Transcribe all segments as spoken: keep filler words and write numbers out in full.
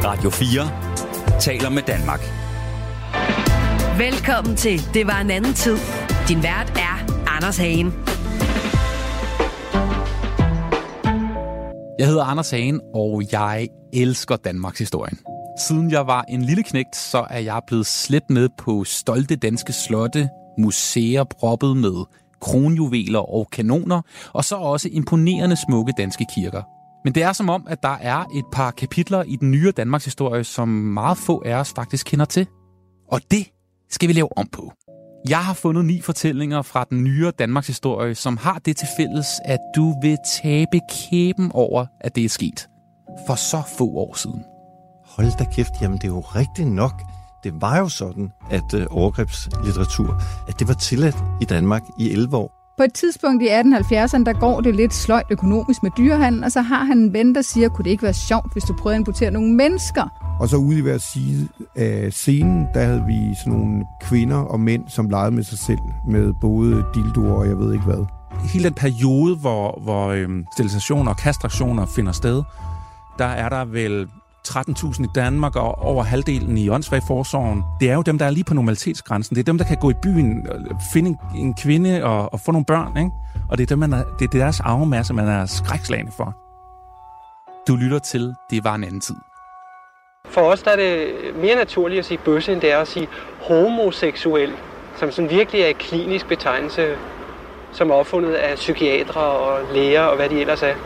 Radio fire taler med Danmark. Velkommen til Det var en anden tid. Din vært er Anders Hagen. Jeg hedder Anders Hagen, og jeg elsker Danmarks historien. Siden jeg var en lille knægt, så er jeg blevet slæbt med på stolte danske slotte, museer proppet med kronjuveler og kanoner, og så også imponerende smukke danske kirker. Men det er som om, at der er et par kapitler i den nye Danmarks historie, som meget få af os faktisk kender til. Og det skal vi lave om på. Jeg har fundet ni fortællinger fra den nye Danmarks historie, som har det til fælles, at du vil tabe kæben over, at det er sket for så få år siden. Hold da kæft, jamen det er jo rigtigt nok. Det var jo sådan, at øh, overgrebslitteratur, at det var tilladt i Danmark i elleve år. På et tidspunkt i atten halvfjerdserne, der går det lidt sløjt økonomisk med dyrehandel, og så har han en ven, der siger, kunne det ikke være sjovt, hvis du prøvede at importere nogle mennesker? Og så ude i hver side af scenen, der havde vi sådan nogle kvinder og mænd, som legede med sig selv, med både dildoer og jeg ved ikke hvad. Hele den periode, hvor, hvor øhm, sterilisationer og kastrationer finder sted, der er der vel tretten tusind i Danmark og over halvdelen i åndssvageforsorgen. Det er jo dem, der er lige på normalitetsgrænsen. Det er dem, der kan gå i byen, finde en kvinde og, og få nogle børn, ikke? Og det er, dem, man er, det er deres arvemasse, man er skrækslagne for. Du lytter til Det var en anden tid. For os der er det mere naturligt at sige bøsse, end det er at sige homoseksuel, som sådan virkelig er en klinisk betegnelse, som er opfundet af psykiatere og læger og hvad de ellers er.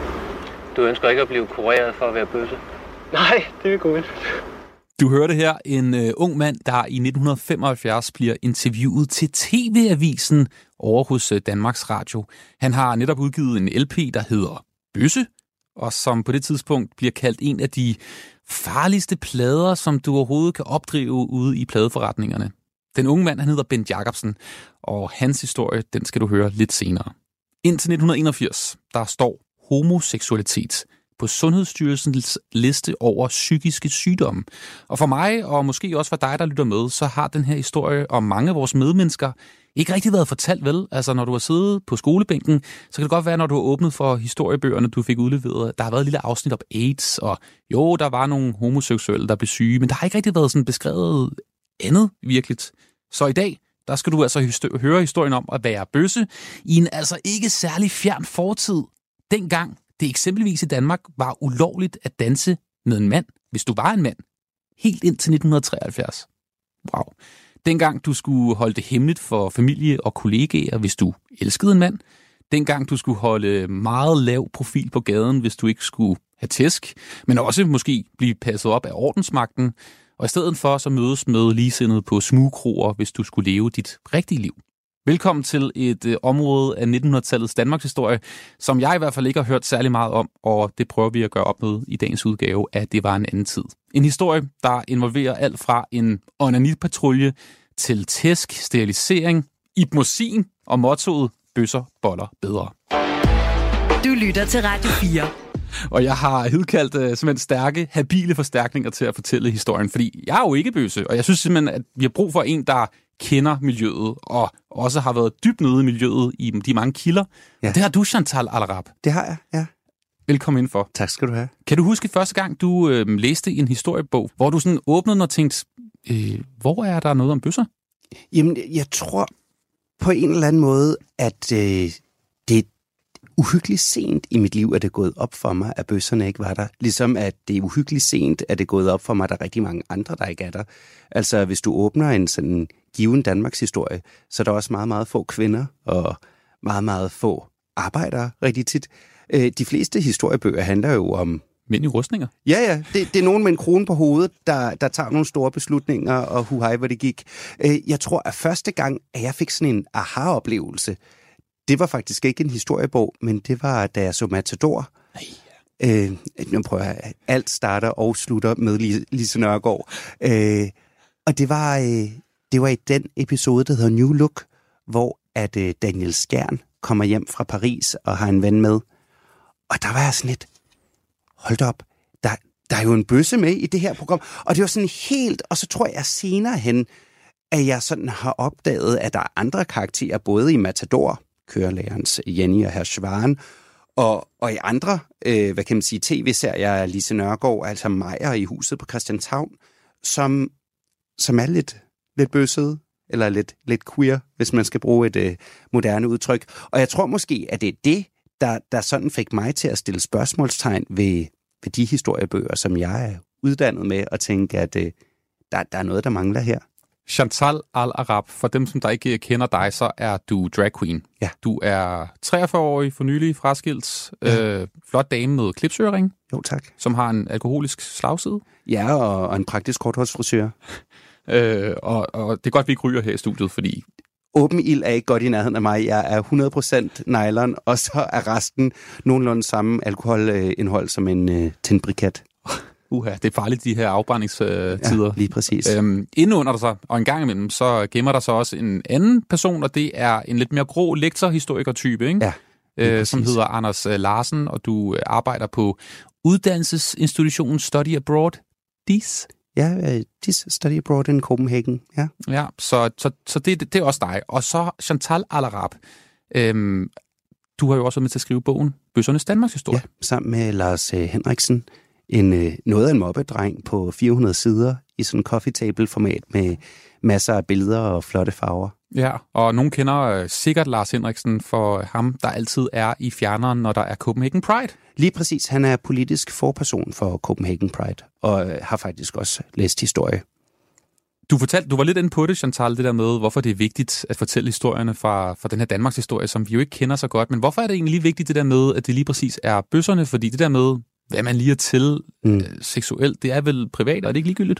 Du ønsker ikke at blive kureret for at være bøsse? Nej, det er godt. Du hørte her en uh, ung mand, der i nitten femoghalvfjerds bliver interviewet til T V-avisen over hos uh, Danmarks Radio. Han har netop udgivet en L P, der hedder Bøsse, og som på det tidspunkt bliver kaldt en af de farligste plader, som du overhovedet kan opdrive ude i pladeforretningerne. Den unge mand, han hedder Bent Jacobsen, og hans historie, den skal du høre lidt senere. Indtil nitten enogfirs, der står homoseksualitet på Sundhedsstyrelsens liste over psykiske sygdomme. Og for mig, og måske også for dig, der lytter med, så har den her historie om mange af vores medmennesker ikke rigtig været fortalt, vel? Altså, når du har siddet på skolebænken, så kan det godt være, når du har åbnet for historiebøgerne, du fik udleveret, der har været et lille afsnit om AIDS, og jo, der var nogle homoseksuelle, der blev syge, men der har ikke rigtig været sådan beskrevet andet virkeligt. Så i dag, der skal du altså hysto- høre historien om at være bøsse i en altså ikke særlig fjern fortid. Dengang det eksempelvis i Danmark var ulovligt at danse med en mand, hvis du var en mand, helt indtil nitten treoghalvfjerds. Wow. Dengang du skulle holde det hemmeligt for familie og kollegaer, hvis du elskede en mand. Dengang du skulle holde meget lav profil på gaden, hvis du ikke skulle have tæsk, men også måske blive passet op af ordensmagten, og i stedet for så mødes med ligesindede på smugkroer, hvis du skulle leve dit rigtige liv. Velkommen til et øh, område af nittenhundredetallets Danmarks historie, som jeg i hvert fald ikke har hørt særlig meget om, og det prøver vi at gøre op med i dagens udgave af Det var en anden tid. En historie, der involverer alt fra en onanipatrulje til tæsk, sterilisering, ibmosin og mottoet bøsser, boller, bedre. Du lytter til Radio fire. Og jeg har hidkaldt uh, simpelthen stærke, habile forstærkninger til at fortælle historien, fordi jeg er jo ikke bøsse, og jeg synes simpelthen, at vi har brug for en, der kender miljøet, og også har været dybt nede i miljøet i de mange kilder. Ja. Og det har du, Chantal Al-Arab. Det har jeg, ja. Velkommen indenfor. Tak skal du have. Kan du huske første gang, du øh, læste en historiebog, hvor du sådan åbnede og tænkte, øh, hvor er der noget om bøsser? Jamen, jeg tror på en eller anden måde, at øh, det er uhyggeligt sent i mit liv, at det er gået op for mig, at bøsserne ikke var der. Ligesom at det er uhyggeligt sent, at det er gået op for mig, at der er rigtig mange andre, der ikke er der. Altså, hvis du åbner en sådan given Danmarks historie, så er der også meget, meget få kvinder og meget, meget få arbejdere rigtig tit. De fleste historiebøger handler jo om mænd i rustninger. Ja, ja. Det, det er nogen med en krone på hovedet, der, der tager nogle store beslutninger, og huhej, hvor det gik. Jeg tror, at første gang, at jeg fik sådan en aha-oplevelse, det var faktisk ikke en historiebog, men det var, da jeg så Matador. Øh, nu prøver jeg, alt starter og slutter med Lise Nørgaard. Øh, og det var, øh, det var i den episode, der hedder New Look, hvor at øh, Daniel Skjern kommer hjem fra Paris og har en ven med. Og der var jeg sådan lidt, hold da op, der, der er jo en bøsse med i det her program. Og det var sådan helt, og så tror jeg senere hen, at jeg sådan har opdaget, at der er andre karakterer, både i Matador, kørelærerens Jenny og herr Schwan, Og, og i andre, øh, hvad kan man sige, tv-serier af Lise Nørgaard, altså Meyer i Huset på Christianshavn, som, som er lidt, lidt bøssede, eller lidt, lidt queer, hvis man skal bruge et øh, moderne udtryk. Og jeg tror måske, at det er det, der, der sådan fik mig til at stille spørgsmålstegn ved, ved de historiebøger, som jeg er uddannet med, og tænke, at øh, der, der er noget, der mangler her. Chantal Al-Arab, for dem, som der ikke kender dig, så er du drag queen. Ja. Du er treogfyrre-årig, for nylig fraskilt, ja. øh, flot dame med klipsøring. Jo, tak. Som har en alkoholisk slagside. Ja, og, og en praktisk korthårsfrisør. øh, og, og det er godt, vi ikke ryger her i studiet, fordi... Åben ild er ikke godt i nærheden af mig. Jeg er hundrede procent nylon, og så er resten nogenlunde samme alkoholindhold som en øh, tændbrikat. Uha, det er farligt, de her afbrændingstider. Ja, lige præcis. Øhm, inden under der så, og en gang imellem, så gemmer der så også en anden person, og det er en lidt mere grå lektorhistoriker-type, ikke? Ja, øh, som hedder Anders Larsen, og du arbejder på uddannelsesinstitutionen Study Abroad, D I S. Ja, uh, D I S, Study Abroad in Copenhagen, ja. Ja, så, så, så det, det er også dig. Og så Chantal Al-Arab. Øhm, du har jo også været med til at skrive bogen Bøssernes Danmarks Historie. Ja, sammen med Lars uh, Henriksen. En, uh, noget af en mobbedreng på fire hundrede sider i sådan en coffee table-format med masser af billeder og flotte farver. Ja, og nogen kender uh, sikkert Lars Henriksen for ham, der altid er i fjerneren, når der er Copenhagen Pride. Lige præcis. Han er politisk forperson for Copenhagen Pride, og uh, har faktisk også læst historie. Du fortalte, du var lidt inde på det, Chantal, det der med, hvorfor det er vigtigt at fortælle historierne fra, fra den her Danmarks historie, som vi jo ikke kender så godt. Men hvorfor er det egentlig lige vigtigt, det der med, at det lige præcis er bøsserne? Fordi det der med, hvad man lige er til mm. øh, seksuelt, det er vel privat, og er det ikke ligegyldigt?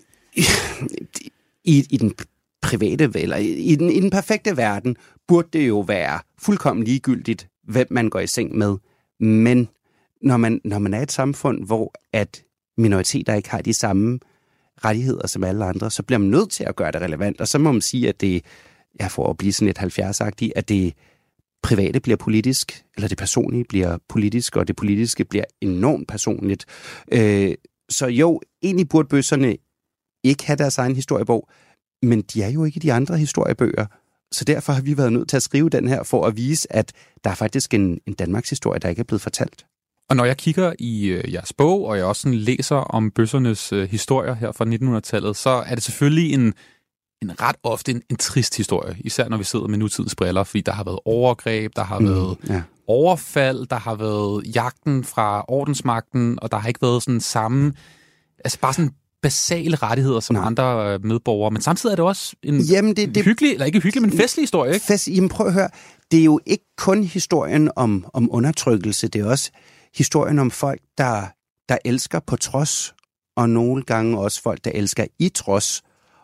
I, i den private, eller i den, i den perfekte verden, burde det jo være fuldkommen ligegyldigt, hvem man går i seng med. Men når man, når man er et samfund, hvor at minoriteter ikke har de samme rettigheder som alle andre, så bliver man nødt til at gøre det relevant. Og så må man sige, at det, jeg får at blive sådan lidt halvfjerds-agtigt, at det private bliver politisk, eller det personlige bliver politisk, og det politiske bliver enormt personligt. Øh, så jo, egentlig burde bøsserne ikke have deres egen historiebog, men de er jo ikke de andre historiebøger. Så derfor har vi været nødt til at skrive den her, for at vise, at der er faktisk en, en Danmarks historie, der ikke er blevet fortalt. Og når jeg kigger i øh, jeres bog, og jeg også sådan læser om bøssernes øh, historier her fra nittenhundredetallet, så er det selvfølgelig en, en ret ofte en, en trist historie, især når vi sidder med nutidens briller, fordi der har været overgreb, der har mm, været ja. overfald, der har været jagten fra ordensmagten, og der har ikke været sådan samme, altså bare sådan basale rettigheder som Nej. andre medborgere, men samtidig er det også en jamen det, det, hyggelig, eller ikke hyggelig, men festlig historie, ikke? Fest, jamen prøv at høre, det er jo ikke kun historien om, om undertrykkelse, det er også historien om folk, der, der elsker på trods, og nogle gange også folk, der elsker i trods,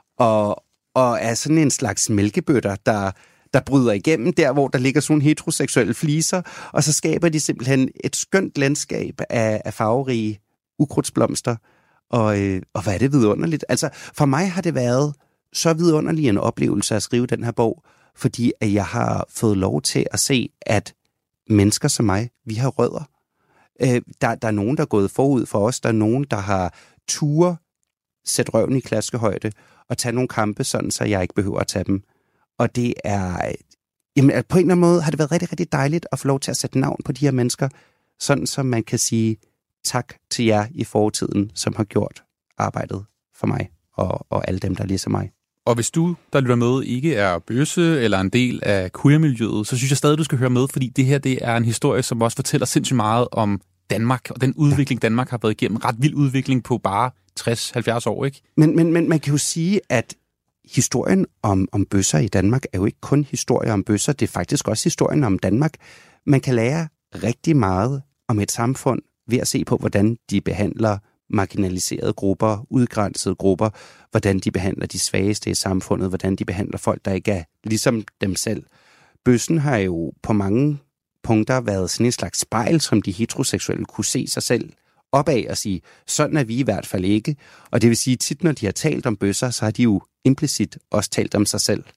og, og er sådan en slags mælkebøtter, der, der bryder igennem der, hvor der ligger sådan heteroseksuelle fliser, og så skaber de simpelthen et skønt landskab af, af farverige ukrudtsblomster, og, øh, og hvad er det vidunderligt? Altså, for mig har det været så vidunderlig en oplevelse at skrive den her bog, fordi at jeg har fået lov til at se, at mennesker som mig, vi har rødder. Øh, der, der er nogen, der er gået forud for os. Der er nogen, der har ture, sætte røven i klaskehøjde og tage nogle kampe, sådan så jeg ikke behøver at tage dem. Og det er... Jamen, på en eller anden måde har det været rigtig, rigtig dejligt at få lov til at sætte navn på de her mennesker, sådan så man kan sige tak til jer i fortiden, som har gjort arbejdet for mig og, og alle dem, der er ligesom mig. Og hvis du, der lytter med, ikke er bøsse eller en del af queer-miljøet, så synes jeg stadig, du skal høre med, fordi det her det er en historie, som også fortæller sindssygt meget om Danmark, og den udvikling, Danmark har været igennem. Ret vild udvikling på bare tres til halvfjerds år, ikke? Men, men, men man kan jo sige, at historien om, om bøsser i Danmark er jo ikke kun historie om bøsser, det er faktisk også historien om Danmark. Man kan lære rigtig meget om et samfund ved at se på, hvordan de behandler marginaliserede grupper, udgrænsede grupper, hvordan de behandler de svageste i samfundet, hvordan de behandler folk, der ikke er ligesom dem selv. Bøssen har jo på mange punkter været sådan en slags spejl, som de heteroseksuelle kunne se sig selv opad og sige, sådan er vi i hvert fald ikke. Og det vil sige, tit når de har talt om bøsser, så har de jo implicit også talt om sig selv.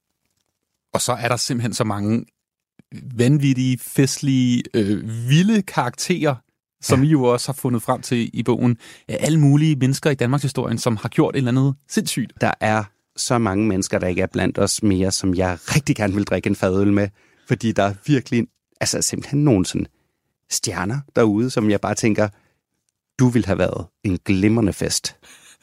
Og så er der simpelthen så mange vanvittige, festlige, øh, vilde karakterer, som ja. I jo også har fundet frem til i bogen. Alle mulige mennesker i Danmarks historien, som har gjort et eller andet sindssygt. Der er så mange mennesker, der ikke er blandt os mere, som jeg rigtig gerne vil drikke en fadøl med, fordi der er virkelig, altså simpelthen nogle sådan stjerner derude, som jeg bare tænker, du ville have været en glimrende fest.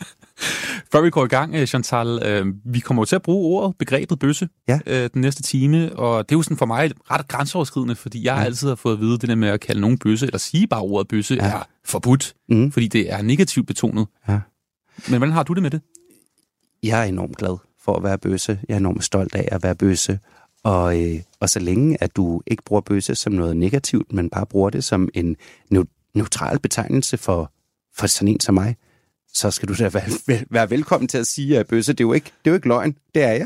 Før vi går i gang, Chantal, øh, vi kommer jo til at bruge ordet, begrebet bøsse, ja. øh, den næste time, og det er jo sådan for mig ret grænseoverskridende, fordi jeg ja. altid har fået at vide, det der med at kalde nogen bøsse, eller sige bare ordet bøsse, ja. er forbudt, mm. fordi det er negativt betonet. Ja. Men hvordan har du det med det? Jeg er enormt glad for at være bøsse. Jeg er enormt stolt af at være bøsse. Og, øh, og så længe, at du ikke bruger bøsse som noget negativt, men bare bruger det som en neutral betegnelse for, for sådan en som mig, så skal du da være, være velkommen til at sige, at bøsse, det er jo ikke, det er jo ikke løgn. Det er jeg.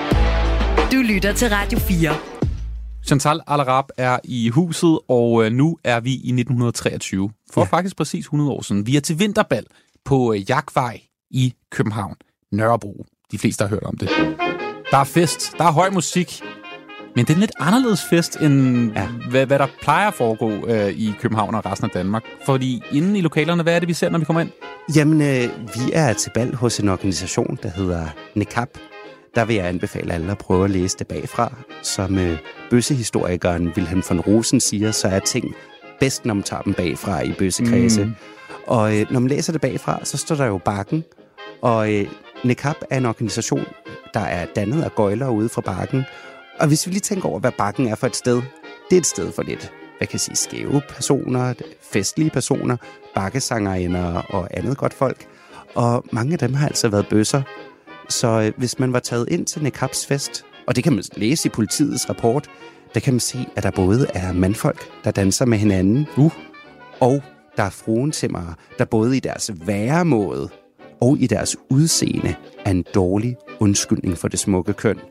Du lytter til Radio fire. Chantal Al-Arab er i huset, og nu er vi i nitten treogtyve. For ja. faktisk præcis hundrede år siden. Vi er til vinterbal på Jagtvej i København. Nørrebro. De fleste har hørt om det. Der er fest, der er høj musik, men det er en lidt anderledes fest, end ja. hvad, hvad der plejer at foregå øh, i København og resten af Danmark. Fordi inde i lokalerne, hvad er det, vi ser, når vi kommer ind? Jamen, øh, vi er til bal hos en organisation, der hedder Nekab. Der vil jeg anbefale alle at prøve at læse det bagfra. Som øh, bøssehistorikeren Wilhelm von Rosen siger, så er ting bedst, når man tager dem bagfra i bøssekredse. Mm. Og øh, når man læser det bagfra, så står der jo Bakken. Og øh, Nekab er en organisation, der er dannet af gøjlere ude fra Bakken. Og hvis vi lige tænker over, hvad Bakken er for et sted, det er et sted for lidt, hvad kan jeg sige, skæve personer, festlige personer, bakkesangerinder og andet godt folk. Og mange af dem har altså været bøsser. Så øh, hvis man var taget ind til Nekabs fest, og det kan man læse i politiets rapport, der kan man se, at der både er mandfolk, der danser med hinanden, uh, og der er fruentimmere, der både i deres væremåde og i deres udseende er en dårlig undskyldning for det smukke køn.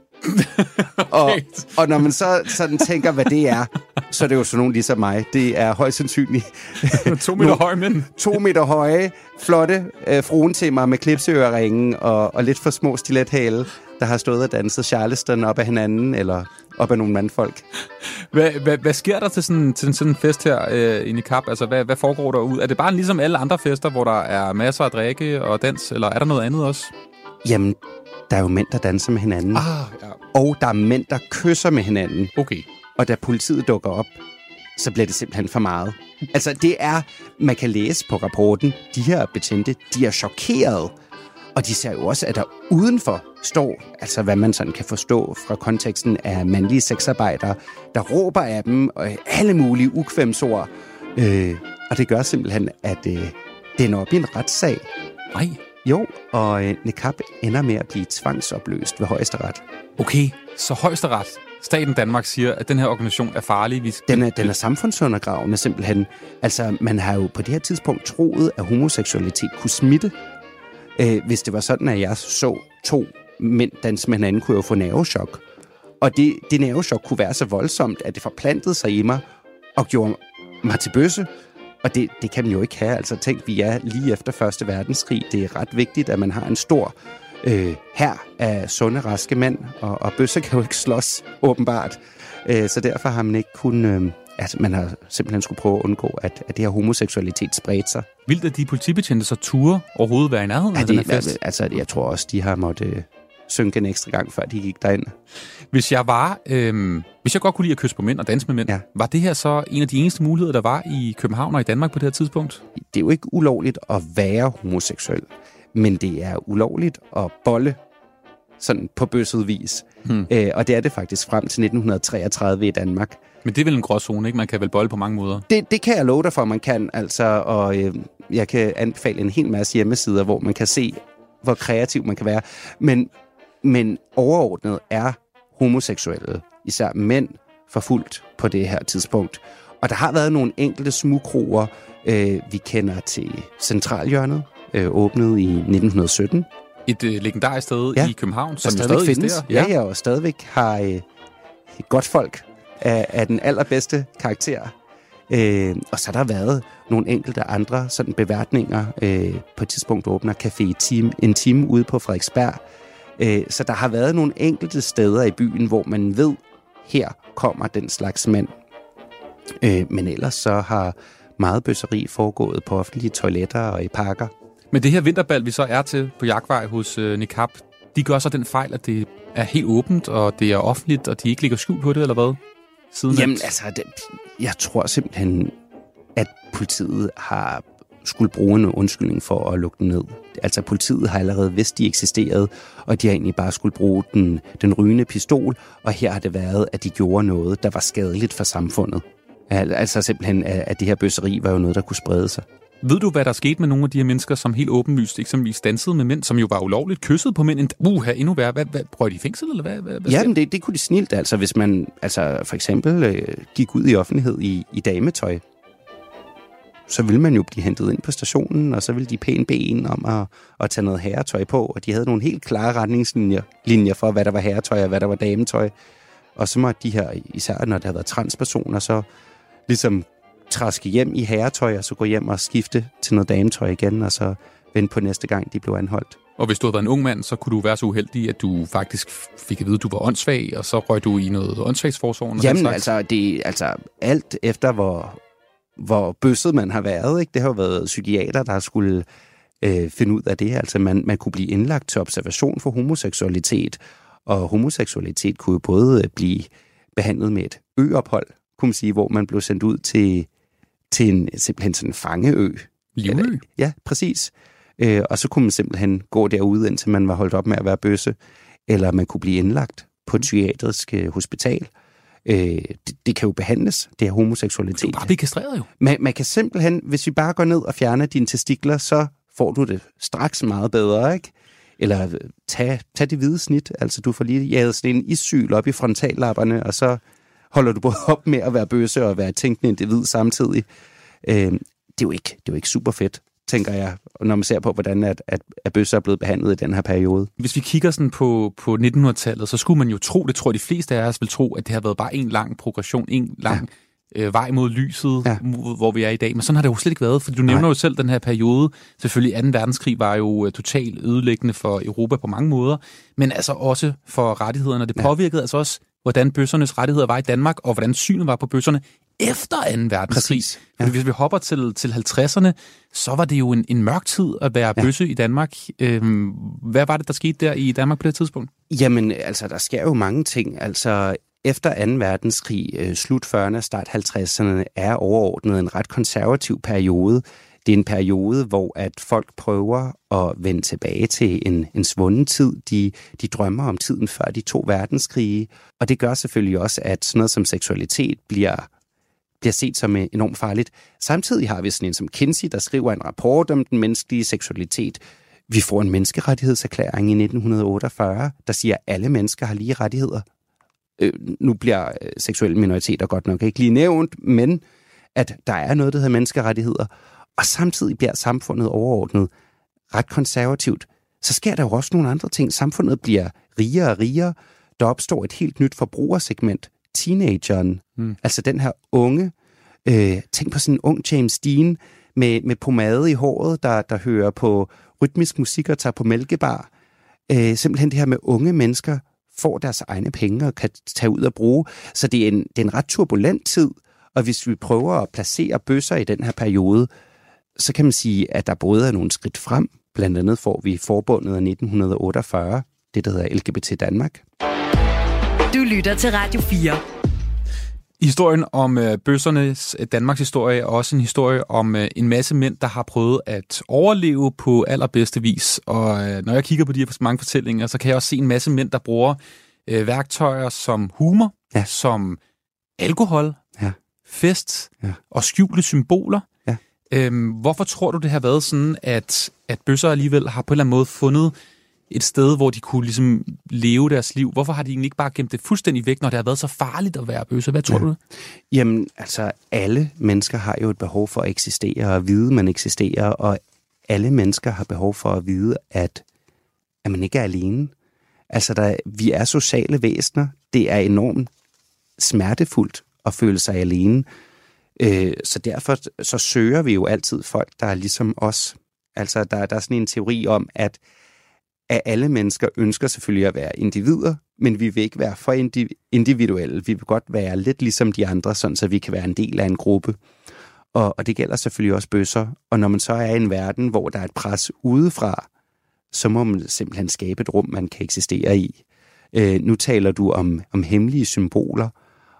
og, og når man så sådan tænker, hvad det er, så er det jo sådan nogen ligesom mig. Det er højst sandsynligt to meter høje mænd. To meter høje, flotte øh, fruentimmer med klipseøreringen og, og lidt for små stilethæle, der har stået og danset charleston op af hinanden, eller op af nogle mandfolk. Hvad, hvad, hvad sker der til sådan, til sådan en fest her øh, i Nekab? Altså, hvad, hvad foregår der ud? Er det bare ligesom alle andre fester, hvor der er masser af drikke og dans, eller er der noget andet også? Jamen, der er jo mænd, der danser med hinanden. Ah, ja. Og der er mænd, der kysser med hinanden. Okay. Og da politiet dukker op, så bliver det simpelthen for meget. Altså, det er, man kan læse på rapporten, de her betjente, de er chokeret. Og de ser jo også, at der udenfor står, altså hvad man sådan kan forstå fra konteksten af mandlige sexarbejdere, der råber af dem, og alle mulige ukvemsord. Øh, og det gør simpelthen, at øh, det ender op i en retssag. Nej. Jo, og øh, Nekab ender med at blive tvangsopløst ved Højesteret. Okay, så Højesteret, staten Danmark, siger, at den her organisation er farlig. Vi skal... Den er, den er samfundsundergravende simpelthen. Altså, man har jo på det her tidspunkt troet, at homoseksualitet kunne smitte. Øh, hvis det var sådan, at jeg så to mænd danse med hinanden, kunne jeg jo få nervechok. Og det, det nervechok kunne være så voldsomt, at det forplantede sig i mig og gjorde mig til bøsse. Og det, det kan man jo ikke have. Altså tænk, vi er lige efter første verdenskrig. Det er ret vigtigt, at man har en stor øh, hær af sunde, raske mænd. Og, og bøsse kan jo ikke slås, åbenbart. Øh, så derfor har man ikke kun... Øh, altså, man har simpelthen skulle prøve at undgå, at, at det her homoseksualitet spredte sig. Vildt, at de politibetjente så ture overhovedet være i nærheden af den her fest? Altså, jeg tror også, de har måttet øh, synke en ekstra gang, før de gik derind. Hvis jeg var... Øh, hvis jeg godt kunne lide at kysse på mænd og danse med mænd, ja. Var det her så en af de eneste muligheder, der var i København og i Danmark på det her tidspunkt? Det er jo ikke ulovligt at være homoseksuel, men det er ulovligt at bolle sådan på bøsset vis. Hmm. Øh, og det er det faktisk frem til nitten treogtredive i Danmark. Men det er vel en gråzone, ikke? Man kan vel bolle på mange måder? Det, det kan jeg love dig for, man kan. Altså, og øh, jeg kan anbefale en hel masse hjemmesider, hvor man kan se, hvor kreativ man kan være. Men, men overordnet er homoseksuelle, især mænd, forfulgt på det her tidspunkt. Og der har været nogle enkelte smugkroer. Øh, vi kender til Centralhjørnet, øh, åbnet i nitten sytten. Et øh, legendarisk sted ja, i København, som stadig stadig findes. Ja. ja, ja, og stadigvæk har øh, et godt folk af, af den allerbedste karakter. Øh, og så har der været nogle enkelte andre sådan beværtninger. Øh, på et tidspunkt åbner Café Team, en time ude på Frederiksberg. Øh, så der har været nogle enkelte steder i byen, hvor man ved, her kommer den slags mænd. Øh, men ellers så har meget bøsseri foregået på offentlige toiletter og i parker. Men det her vinterbal, vi så er til på Jagtvej hos øh, Nekab, de gør så den fejl, at det er helt åbent, og det er offentligt, og de ikke ligger skjult på det, eller hvad? Siden Jamen, at... altså, det, jeg tror simpelthen, at politiet har skulle bruge en undskyldning for at lukke den ned. Altså politiet har allerede vidst, de eksisterede, og de har egentlig bare skulle bruge den, den rygende pistol, og her har det været, at de gjorde noget, der var skadeligt for samfundet. Altså simpelthen, at det her bøsseri var jo noget, der kunne sprede sig. Ved du, hvad der skete med nogle af de her mennesker, som helt åbenlyst eksempelvis dansede med mænd, som jo var ulovligt kysset på mænd? Uha, endnu værre. Hvad, hvad, prøver de i fængsel, eller hvad? hvad, hvad ja, men det, det kunne de snilt. Altså, hvis man altså, for eksempel øh, gik ud i offentlighed i, i dametøj, så ville man jo blive hentet ind på stationen, og så ville de pænt bede en om at, at tage noget herretøj på, og de havde nogle helt klare retningslinjer linjer for, hvad der var herretøj og hvad der var dametøj. Og så måtte de her, især når der havde været transpersoner, så ligesom traske hjem i herretøj, og så gå hjem og skifte til noget dametøj igen, og så vente på næste gang, de blev anholdt. Og hvis du havde været en ung mand, så kunne du være så uheldig, at du faktisk fik at vide, at du var åndssvag, og så røg du i noget åndssvagsforsorgen? Jamen, altså, det, altså alt efter, hvor, hvor bøsset man har været, ikke? Det har jo været psykiater, der skulle øh, finde ud af det. Altså, man, man kunne blive indlagt til observation for homoseksualitet, og homoseksualitet kunne jo både blive behandlet med et øophold, kunne man sige, hvor man blev sendt ud til, til en simpelthen sådan en fangeø. Livø? Ja, præcis. Øh, og så kunne man simpelthen gå derude, indtil man var holdt op med at være bøsse, eller man kunne blive indlagt på et psykiatrisk øh, hospital. Øh, det, det kan jo behandles, det her homoseksualitet. Du kan bare blive kastreret jo. Man, man kan simpelthen, hvis vi bare går ned og fjerner dine testikler, så får du det straks meget bedre, ikke? Eller tag, tag det hvide snit, altså du får lige jaget sådan en issyl op i frontallapperne, og så holder du både op med at være bøsse og være tænkende individ samtidig. Øh, det, er jo ikke, det er jo ikke super fedt, tænker jeg, når man ser på, hvordan at, at, at bøsser er blevet behandlet i den her periode. Hvis vi kigger sådan på, på nittenhundredetallet, så skulle man jo tro, det tror de fleste af os vil tro, at det har været bare en lang progression, en lang ja. øh, vej mod lyset, ja. hvor vi er i dag. Men sådan har det jo slet ikke været, for du nævner Nej. jo selv den her periode. Selvfølgelig anden verdenskrig var jo uh, totalt ødelæggende for Europa på mange måder, men altså også for rettighederne. Det påvirkede ja. altså også, hvordan bøssernes rettigheder var i Danmark, og hvordan synet var på bøsserne efter anden verdenskrig. Ja. Hvis vi hopper til, til halvtredserne, så var det jo en, en mørk tid at være ja. bøsse i Danmark. Øhm, hvad var det, der skete der i Danmark på det tidspunkt? Jamen, altså, der sker jo mange ting. Altså, efter anden verdenskrig, øh, slut fyrrerne, start halvtredserne, er overordnet en ret konservativ periode. Det er en periode, hvor at folk prøver at vende tilbage til en, en svunden tid. De, de drømmer om tiden før de to verdenskrige, og det gør selvfølgelig også, at sådan noget som seksualitet bliver, bliver set som enormt farligt. Samtidig har vi sådan en som Kinsey, der skriver en rapport om den menneskelige seksualitet. Vi får en menneskerettighedserklæring i nitten otteogfyrre, der siger, at alle mennesker har lige rettigheder. Øh, nu bliver seksuelle minoriteter godt nok ikke lige nævnt, men at der er noget, der hedder menneskerettigheder. Og samtidig bliver samfundet overordnet ret konservativt. Så sker der jo også nogle andre ting. Samfundet bliver rigere og rigere. Der opstår et helt nyt forbrugersegment. Teenageren. Mm. Altså den her unge. Øh, tænk på sådan en ung James Dean med, med pomade i håret, der, der hører på rytmisk musik og tager på mælkebar. Øh, simpelthen det her med unge mennesker får deres egne penge og kan tage ud og bruge. Så det er en, det er en ret turbulent tid. Og hvis vi prøver at placere bøsser i den her periode, så kan man sige, at der både er nogle skridt frem. Blandt andet får vi forbundet af nitten otteogfyrre, det der hedder L G B T Danmark. Du lytter til Radio fire. Historien om øh, bøssernes Danmarks historie er også en historie om øh, en masse mænd, der har prøvet at overleve på allerbedste vis. Og øh, når jeg kigger på de her mange fortællinger, så kan jeg også se en masse mænd, der bruger øh, værktøjer som humor, ja. som alkohol, ja. fest ja. og skjulte symboler. Ja. Øhm, hvorfor tror du, det har været sådan, at, at bøsser alligevel har på en eller anden måde fundet et sted, hvor de kunne ligesom leve deres liv? Hvorfor har de egentlig ikke bare gemt det fuldstændig væk, når det har været så farligt at være bøsse? Hvad tror ja. du? Jamen, altså, alle mennesker har jo et behov for at eksistere og vide, man eksisterer, og alle mennesker har behov for at vide, at, at man ikke er alene. Altså, der, vi er sociale væsener. Det er enormt smertefuldt at føle sig alene. Øh, så derfor så søger vi jo altid folk, der er ligesom os. Altså, der, der er sådan en teori om, at at alle mennesker ønsker selvfølgelig at være individer, men vi vil ikke være for individuelle. Vi vil godt være lidt ligesom de andre, sådan så vi kan være en del af en gruppe. Og, og det gælder selvfølgelig også bøsser. Og når man så er i en verden, hvor der er et pres udefra, så må man simpelthen skabe et rum, man kan eksistere i. Øh, nu taler du om, om hemmelige symboler,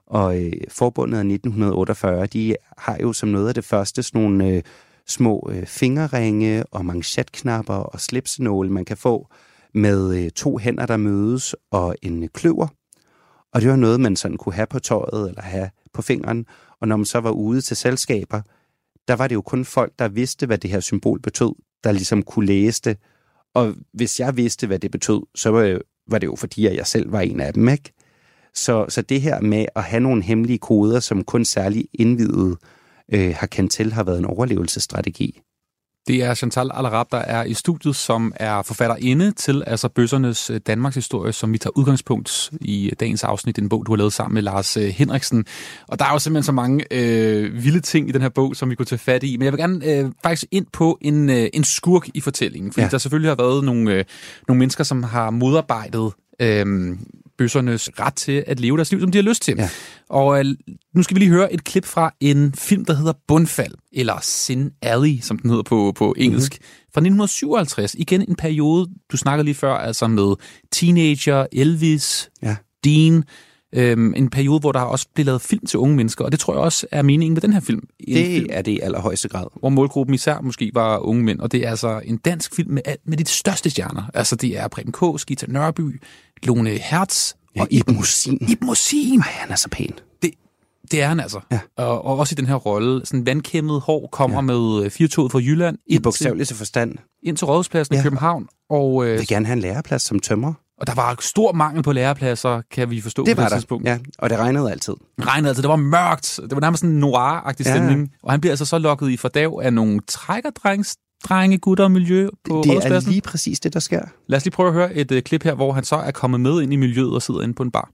Og øh, forbundet af nitten otteogfyrre, de har jo som noget af det første sådan nogle øh, små øh, fingerringe og manchetknapper og slipsenåle, man kan få med øh, to hænder, der mødes og en øh, kløver. Og det var noget, man sådan kunne have på tøjet eller have på fingeren. Og når man så var ude til selskaber, der var det jo kun folk, der vidste, hvad det her symbol betød, der ligesom kunne læse det. Og hvis jeg vidste, hvad det betød, så var det, var det jo fordi, at jeg selv var en af dem, ikke? Så, så det her med at have nogle hemmelige koder, som kun særligt indvidede øh, har kendt til, har været en overlevelsesstrategi. Det er Chantal Al-Arab, der er i studiet, som er forfatterinde til altså Bøssernes Danmarks historie, som vi tager udgangspunkt i dagens afsnit, en bog, du har lavet sammen med Lars Henriksen. Og der er jo simpelthen så mange øh, vilde ting i den her bog, som vi kunne tage fat i. Men jeg vil gerne øh, faktisk ind på en, øh, en skurk i fortællingen, fordi ja. der selvfølgelig har været nogle, øh, nogle mennesker, som har modarbejdet øh, bøssernes ret til at leve deres liv, som de har lyst til. Ja. Og øh, nu skal vi lige høre et klip fra en film, der hedder Bundfald, eller Sin Alley, som den hedder på, på engelsk, mm-hmm. fra nitten syvoghalvtreds. Igen en periode, du snakkede lige før, altså med teenager, Elvis, ja. Dean. Øhm, en periode, hvor der også blev lavet film til unge mennesker, og det tror jeg også er meningen med den her film. En det film, er det i allerhøjeste grad. Hvor målgruppen især måske var unge mænd, og det er altså en dansk film med, med de største stjerner. Altså det er Preben Kaas, Gita Nørby, Lone Hertz ja, og Ibn Mosin. Ibn Mosin. Ej, han er så pæn. Det, det er han altså. Ja. Og, og også i den her rolle, sådan vandkæmmet hår kommer ja. med firtoget fra Jylland. I bogstaveligste forstand. Ind til Rådhuspladsen ja. i København. Og øh, vil gerne have en læreplads som tømrer. Og der var stor mangel på lærepladser, kan vi forstå det på det der. tidspunkt. Ja, og det regnede altid. Det regnede altid. Det var mørkt. Det var nærmest sådan en noir-agtig stemning. Ja. Og han bliver altså så lokket i fordav af nogle trækkerdrengs, drenge, gutter og miljø på Rådhuspladsen. Det er lige præcis det, der sker. Lad os lige prøve at høre et uh, klip her, hvor han så er kommet med ind i miljøet og sidder inde på en bar.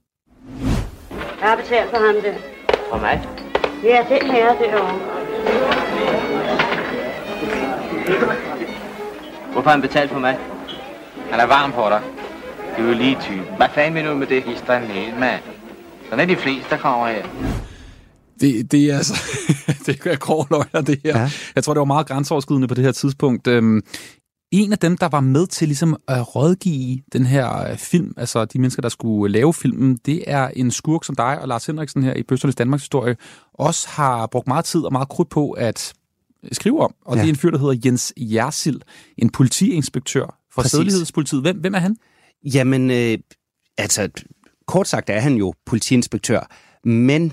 Jeg har betalt for ham det. For mig? Ja, den her derovre. Hvorfor har han betalt for mig? Han er varm på dig. Du er jo lige typen. Hvad fanden vil du med det? Hister ned, mand. Sådan er de fleste, der kommer her. Det, det er altså... det er grove løgner, det her. Ja. Jeg tror, det var meget grænseoverskridende på det her tidspunkt. Øhm, en af dem, der var med til ligesom at rådgive den her film, altså de mennesker, der skulle lave filmen, det er en skurk som dig og Lars Henriksen her i Bøssernes Danmarks historie, også har brugt meget tid og meget krudt på at skrive om. Og ja. det er en fyr, der hedder Jens Jersild, en politiinspektør fra Sædelighedspolitiet. Hvem, hvem er han? Jamen, øh, altså, kort sagt er han jo politiinspektør, men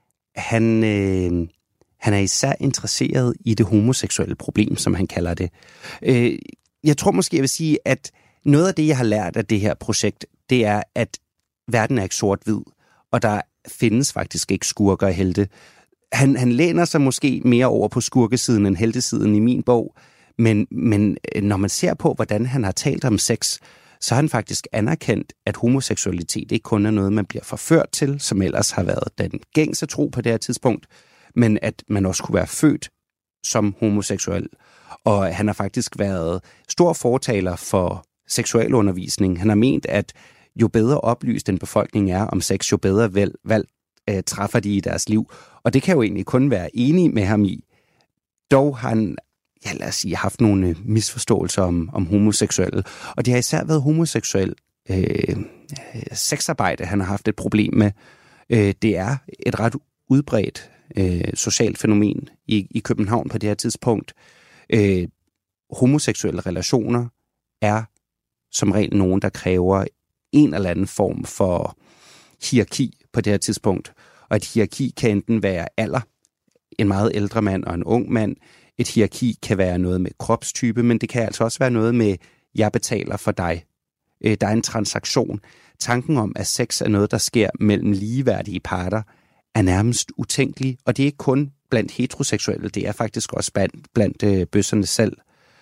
han, øh, han er især interesseret i det homoseksuelle problem, som han kalder det. Øh, jeg tror måske, jeg vil sige, at noget af det, jeg har lært af det her projekt, det er, at verden er ikke sort-hvid, og der findes faktisk ikke skurker og helte. Han, han læner sig måske mere over på skurkesiden end heltesiden i min bog, men, men når man ser på, hvordan han har talt om sex, så har han faktisk anerkendt, at homoseksualitet ikke kun er noget, man bliver forført til, som ellers har været den gængse tro på det her tidspunkt, men at man også kunne være født som homoseksuel. Og han har faktisk været stor fortaler for seksualundervisning. Han har ment, at jo bedre oplyst en befolkning er om sex, jo bedre valg, valg øh, træffer de i deres liv. Og det kan jo egentlig kun være enig med ham i. Dog har han ja, lad os sige, haft nogle misforståelser om, om homoseksuelle. Og det har især været homoseksuel øh, sexarbejde, han har haft et problem med. Øh, det er et ret udbredt øh, socialt fænomen i, i København på det her tidspunkt. Øh, homoseksuelle relationer er som regel nogen, der kræver en eller anden form for hierarki på det her tidspunkt. Og et hierarki kan enten være alder, en meget ældre mand og en ung mand. Et hierarki kan være noget med kropstype, men det kan altså også være noget med, jeg betaler for dig. Der er en transaktion. Tanken om, at sex er noget, der sker mellem ligeværdige parter, er nærmest utænkelig, og det er ikke kun blandt heteroseksuelle, det er faktisk også blandt, blandt øh, bøsserne selv.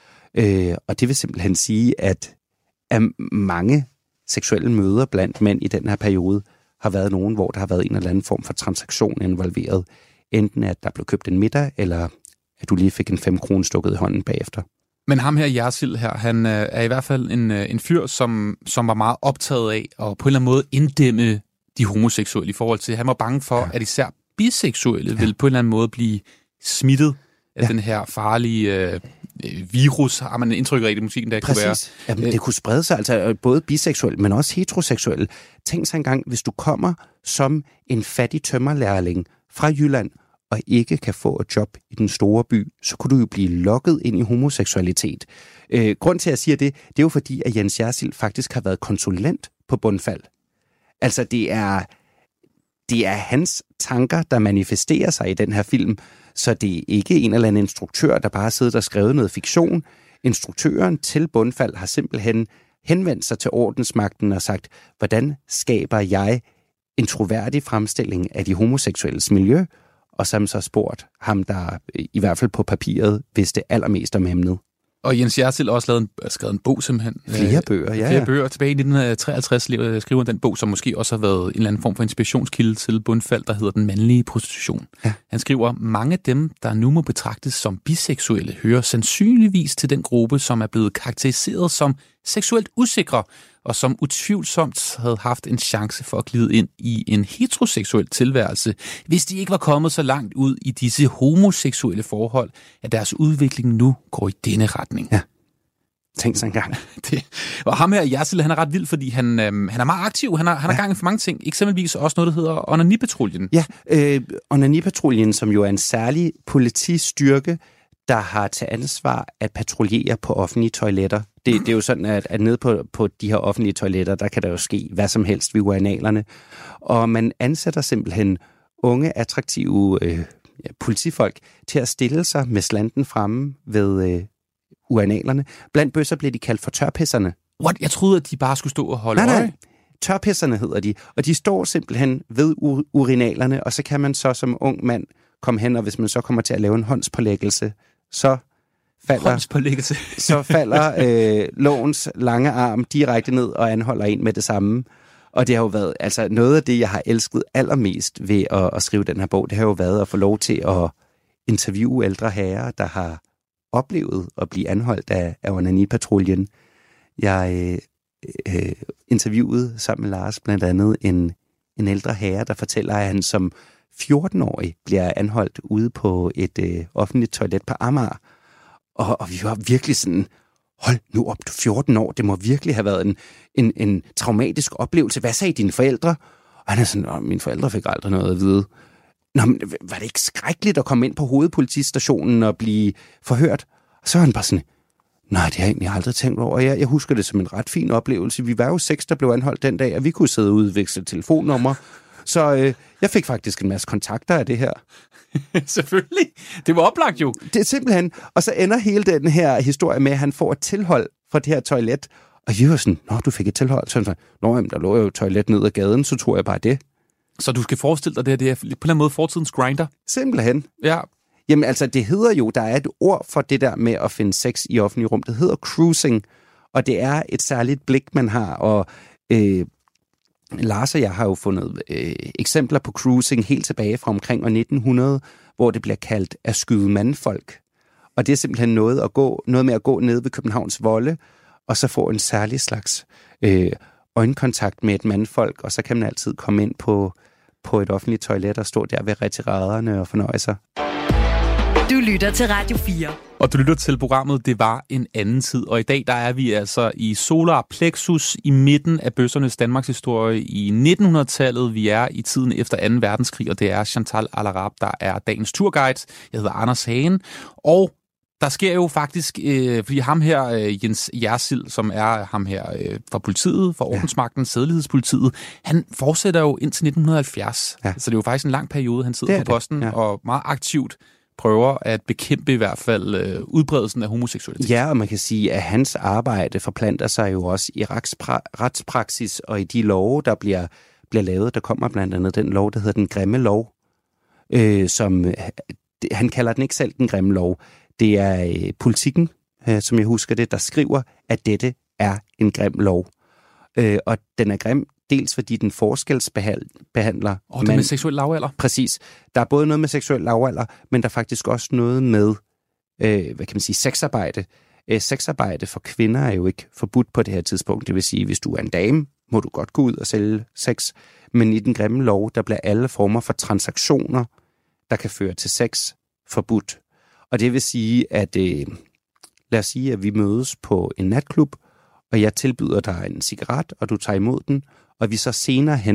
Øh, og det vil simpelthen sige, at, at mange seksuelle møder blandt mænd i den her periode har været nogen, hvor der har været en eller anden form for transaktion involveret. Enten at der blev købt en middag, eller at du lige fik en fem kroner stukket i hånden bagefter. Men ham her, Jersild her, han øh, er i hvert fald en, øh, en fyr, som, som var meget optaget af at på en eller anden måde inddæmme de homoseksuelle i forhold til, han var bange for, ja. at især biseksuelle ja. ville på en eller anden måde blive smittet af ja. den her farlige øh, virus, har man indtryk af i det musikken, der Præcis. kunne være. Jamen, det kunne sprede sig, altså både biseksuelle, men også heteroseksuelle. Tænk sig engang, hvis du kommer som en fattig tømmerlærling fra Jylland, og ikke kan få et job i den store by, så kunne du jo blive lokket ind i homoseksualitet. Øh, grund til, at jeg siger det, det er jo fordi, at Jens Jersild faktisk har været konsulent på Bundfald. Altså, det er, det er hans tanker, der manifesterer sig i den her film, så det er ikke en eller anden instruktør, der bare har siddet og skrevet noget fiktion. Instruktøren til Bundfald har simpelthen henvendt sig til ordensmagten og sagt, hvordan skaber jeg en troværdig fremstilling af de homoseksuelles miljø, og så har man så spurgt ham, der i hvert fald på papiret vidste allermest om emnet. Og Jens Jersild har også lavet en, skrevet en bog simpelthen. Flere bøger, ja. Flere bøger. Tilbage i nitten treoghalvtreds skriver den bog, som måske også har været en eller anden form for inspirationskilde til Bundfald, der hedder Den mandlige prostitution. Ja. Han skriver, mange af dem, der nu må betragtes som biseksuelle, hører sandsynligvis til den gruppe, som er blevet karakteriseret som seksuelt usikre, og som utvivlsomt havde haft en chance for at glide ind i en heteroseksuel tilværelse, hvis de ikke var kommet så langt ud i disse homoseksuelle forhold, at deres udvikling nu går i denne retning. Ja. Tænk sig engang. Det. Og ham her, Jersild, han er ret vild, fordi han, øhm, han er meget aktiv. Han har, han har ja. gang for mange ting. Eksempelvis også noget, der hedder Onanipatruljen. Ja, øh, Onanipatruljen, som jo er en særlig politistyrke, der har til ansvar at patruljere på offentlige toiletter. Det, det er jo sådan, at, at nede på, på de her offentlige toiletter, der kan der jo ske hvad som helst ved urinalerne. Og man ansætter simpelthen unge, attraktive øh, ja, politifolk til at stille sig med slanten fremme ved øh, urinalerne. Blandt bøsser bliver de kaldt for tørpisserne. What? Jeg troede, at de bare skulle stå og holde nej, øje. Nej, tørpisserne hedder de. Og de står simpelthen ved ur- urinalerne, og så kan man så som ung mand komme hen, og hvis man så kommer til at lave en håndspålæggelse, så falder, så falder øh, lovens lange arm direkte ned og anholder en med det samme. Og det har jo været, altså noget af det, jeg har elsket allermest ved at, at skrive den her bog, det har jo været at få lov til at interviewe ældre herrer, der har oplevet at blive anholdt af, af Onanipatruljen. Jeg øh, interviewede sammen med Lars blandt andet en, en ældre herre, der fortæller, at han som fjorten-årig bliver anholdt ude på et øh, offentligt toilet på Amager. Og, og vi var virkelig sådan, hold nu op, du fjorten år, det må virkelig have været en, en, en traumatisk oplevelse. Hvad sagde dine forældre? Og han er sådan, mine forældre fik aldrig noget at vide. Nå, men var det ikke skrækkeligt at komme ind på hovedpolitistationen og blive forhørt? Og så var han bare sådan, nej, det har jeg egentlig aldrig tænkt over. Jeg, jeg husker det som en ret fin oplevelse. Vi var jo seks, der blev anholdt den dag, og vi kunne sidde og udveksle telefonnummer. Så øh, jeg fik faktisk en masse kontakter af det her. Selvfølgelig. Det var oplagt jo. Det er simpelthen. Og så ender hele den her historie med, at han får et tilhold fra det her toilet. Og jeg var sådan, nå, du fik et tilhold. Så sådan, nå, jamen, der lå jo et toilet ned ad gaden, så tror jeg bare det. Så du skal forestille dig det her, det er på en eller anden måde fortidens grinder? Simpelthen. Ja. Jamen altså, det hedder jo, der er et ord for det der med at finde sex i offentlige rum. Det hedder cruising. Og det er et særligt blik, man har. Og øh, Lars og jeg har jo fundet øh, eksempler på cruising helt tilbage fra omkring år nitten hundrede, hvor det bliver kaldt at skyde mandfolk. Og det er simpelthen noget, at gå, noget med at gå ned ved Københavns Volde, og så få en særlig slags øh, øjenkontakt med et mandfolk, og så kan man altid komme ind på, på et offentligt toilet og stå der ved retiraderne og fornøje sig. Du lytter til Radio fire. Og du lytter til programmet Det var en anden tid. Og i dag der er vi altså i Solar Plexus i midten af bøssernes Danmarks historie i nittenhundredetallet. Vi er i tiden efter anden verdenskrig, og det er Chantal Al-Arab, der er dagens turguide. Jeg hedder Anders Hagen. Og der sker jo faktisk, øh, fordi ham her, øh, Jens Jersild, som er ham her øh, fra politiet, fra ordensmagten, sædelighedspolitiet, han fortsætter jo indtil nitten halvfjerds. Ja. Så det er jo faktisk en lang periode, han sidder på posten, ja. Og meget aktivt prøver at bekæmpe i hvert fald øh, udbredelsen af homoseksualitet. Ja, og man kan sige, at hans arbejde forplanter sig jo også i retspraksis og i de love, der bliver, bliver lavet. Der kommer blandt andet den lov, der hedder den grimme lov, øh, som han kalder den ikke selv den grimme lov. Det er øh, Politikken, øh, som jeg husker det, der skriver, at dette er en grim lov. Øh, og den er grim, dels fordi den forskelsbehandler... Og det man, med seksuel lavalder. Præcis. Der er både noget med seksuel lavalder, men der er faktisk også noget med, øh, hvad kan man sige, sexarbejde. Øh, sexarbejde for kvinder er jo ikke forbudt på det her tidspunkt. Det vil sige, hvis du er en dame, må du godt gå ud og sælge sex. Men i den grimme lov, der bliver alle former for transaktioner, der kan føre til sex, forbudt. Og det vil sige, at øh, lad os sige, at vi mødes på en natklub, og jeg tilbyder dig en cigaret, og du tager imod den, og vi så senere hen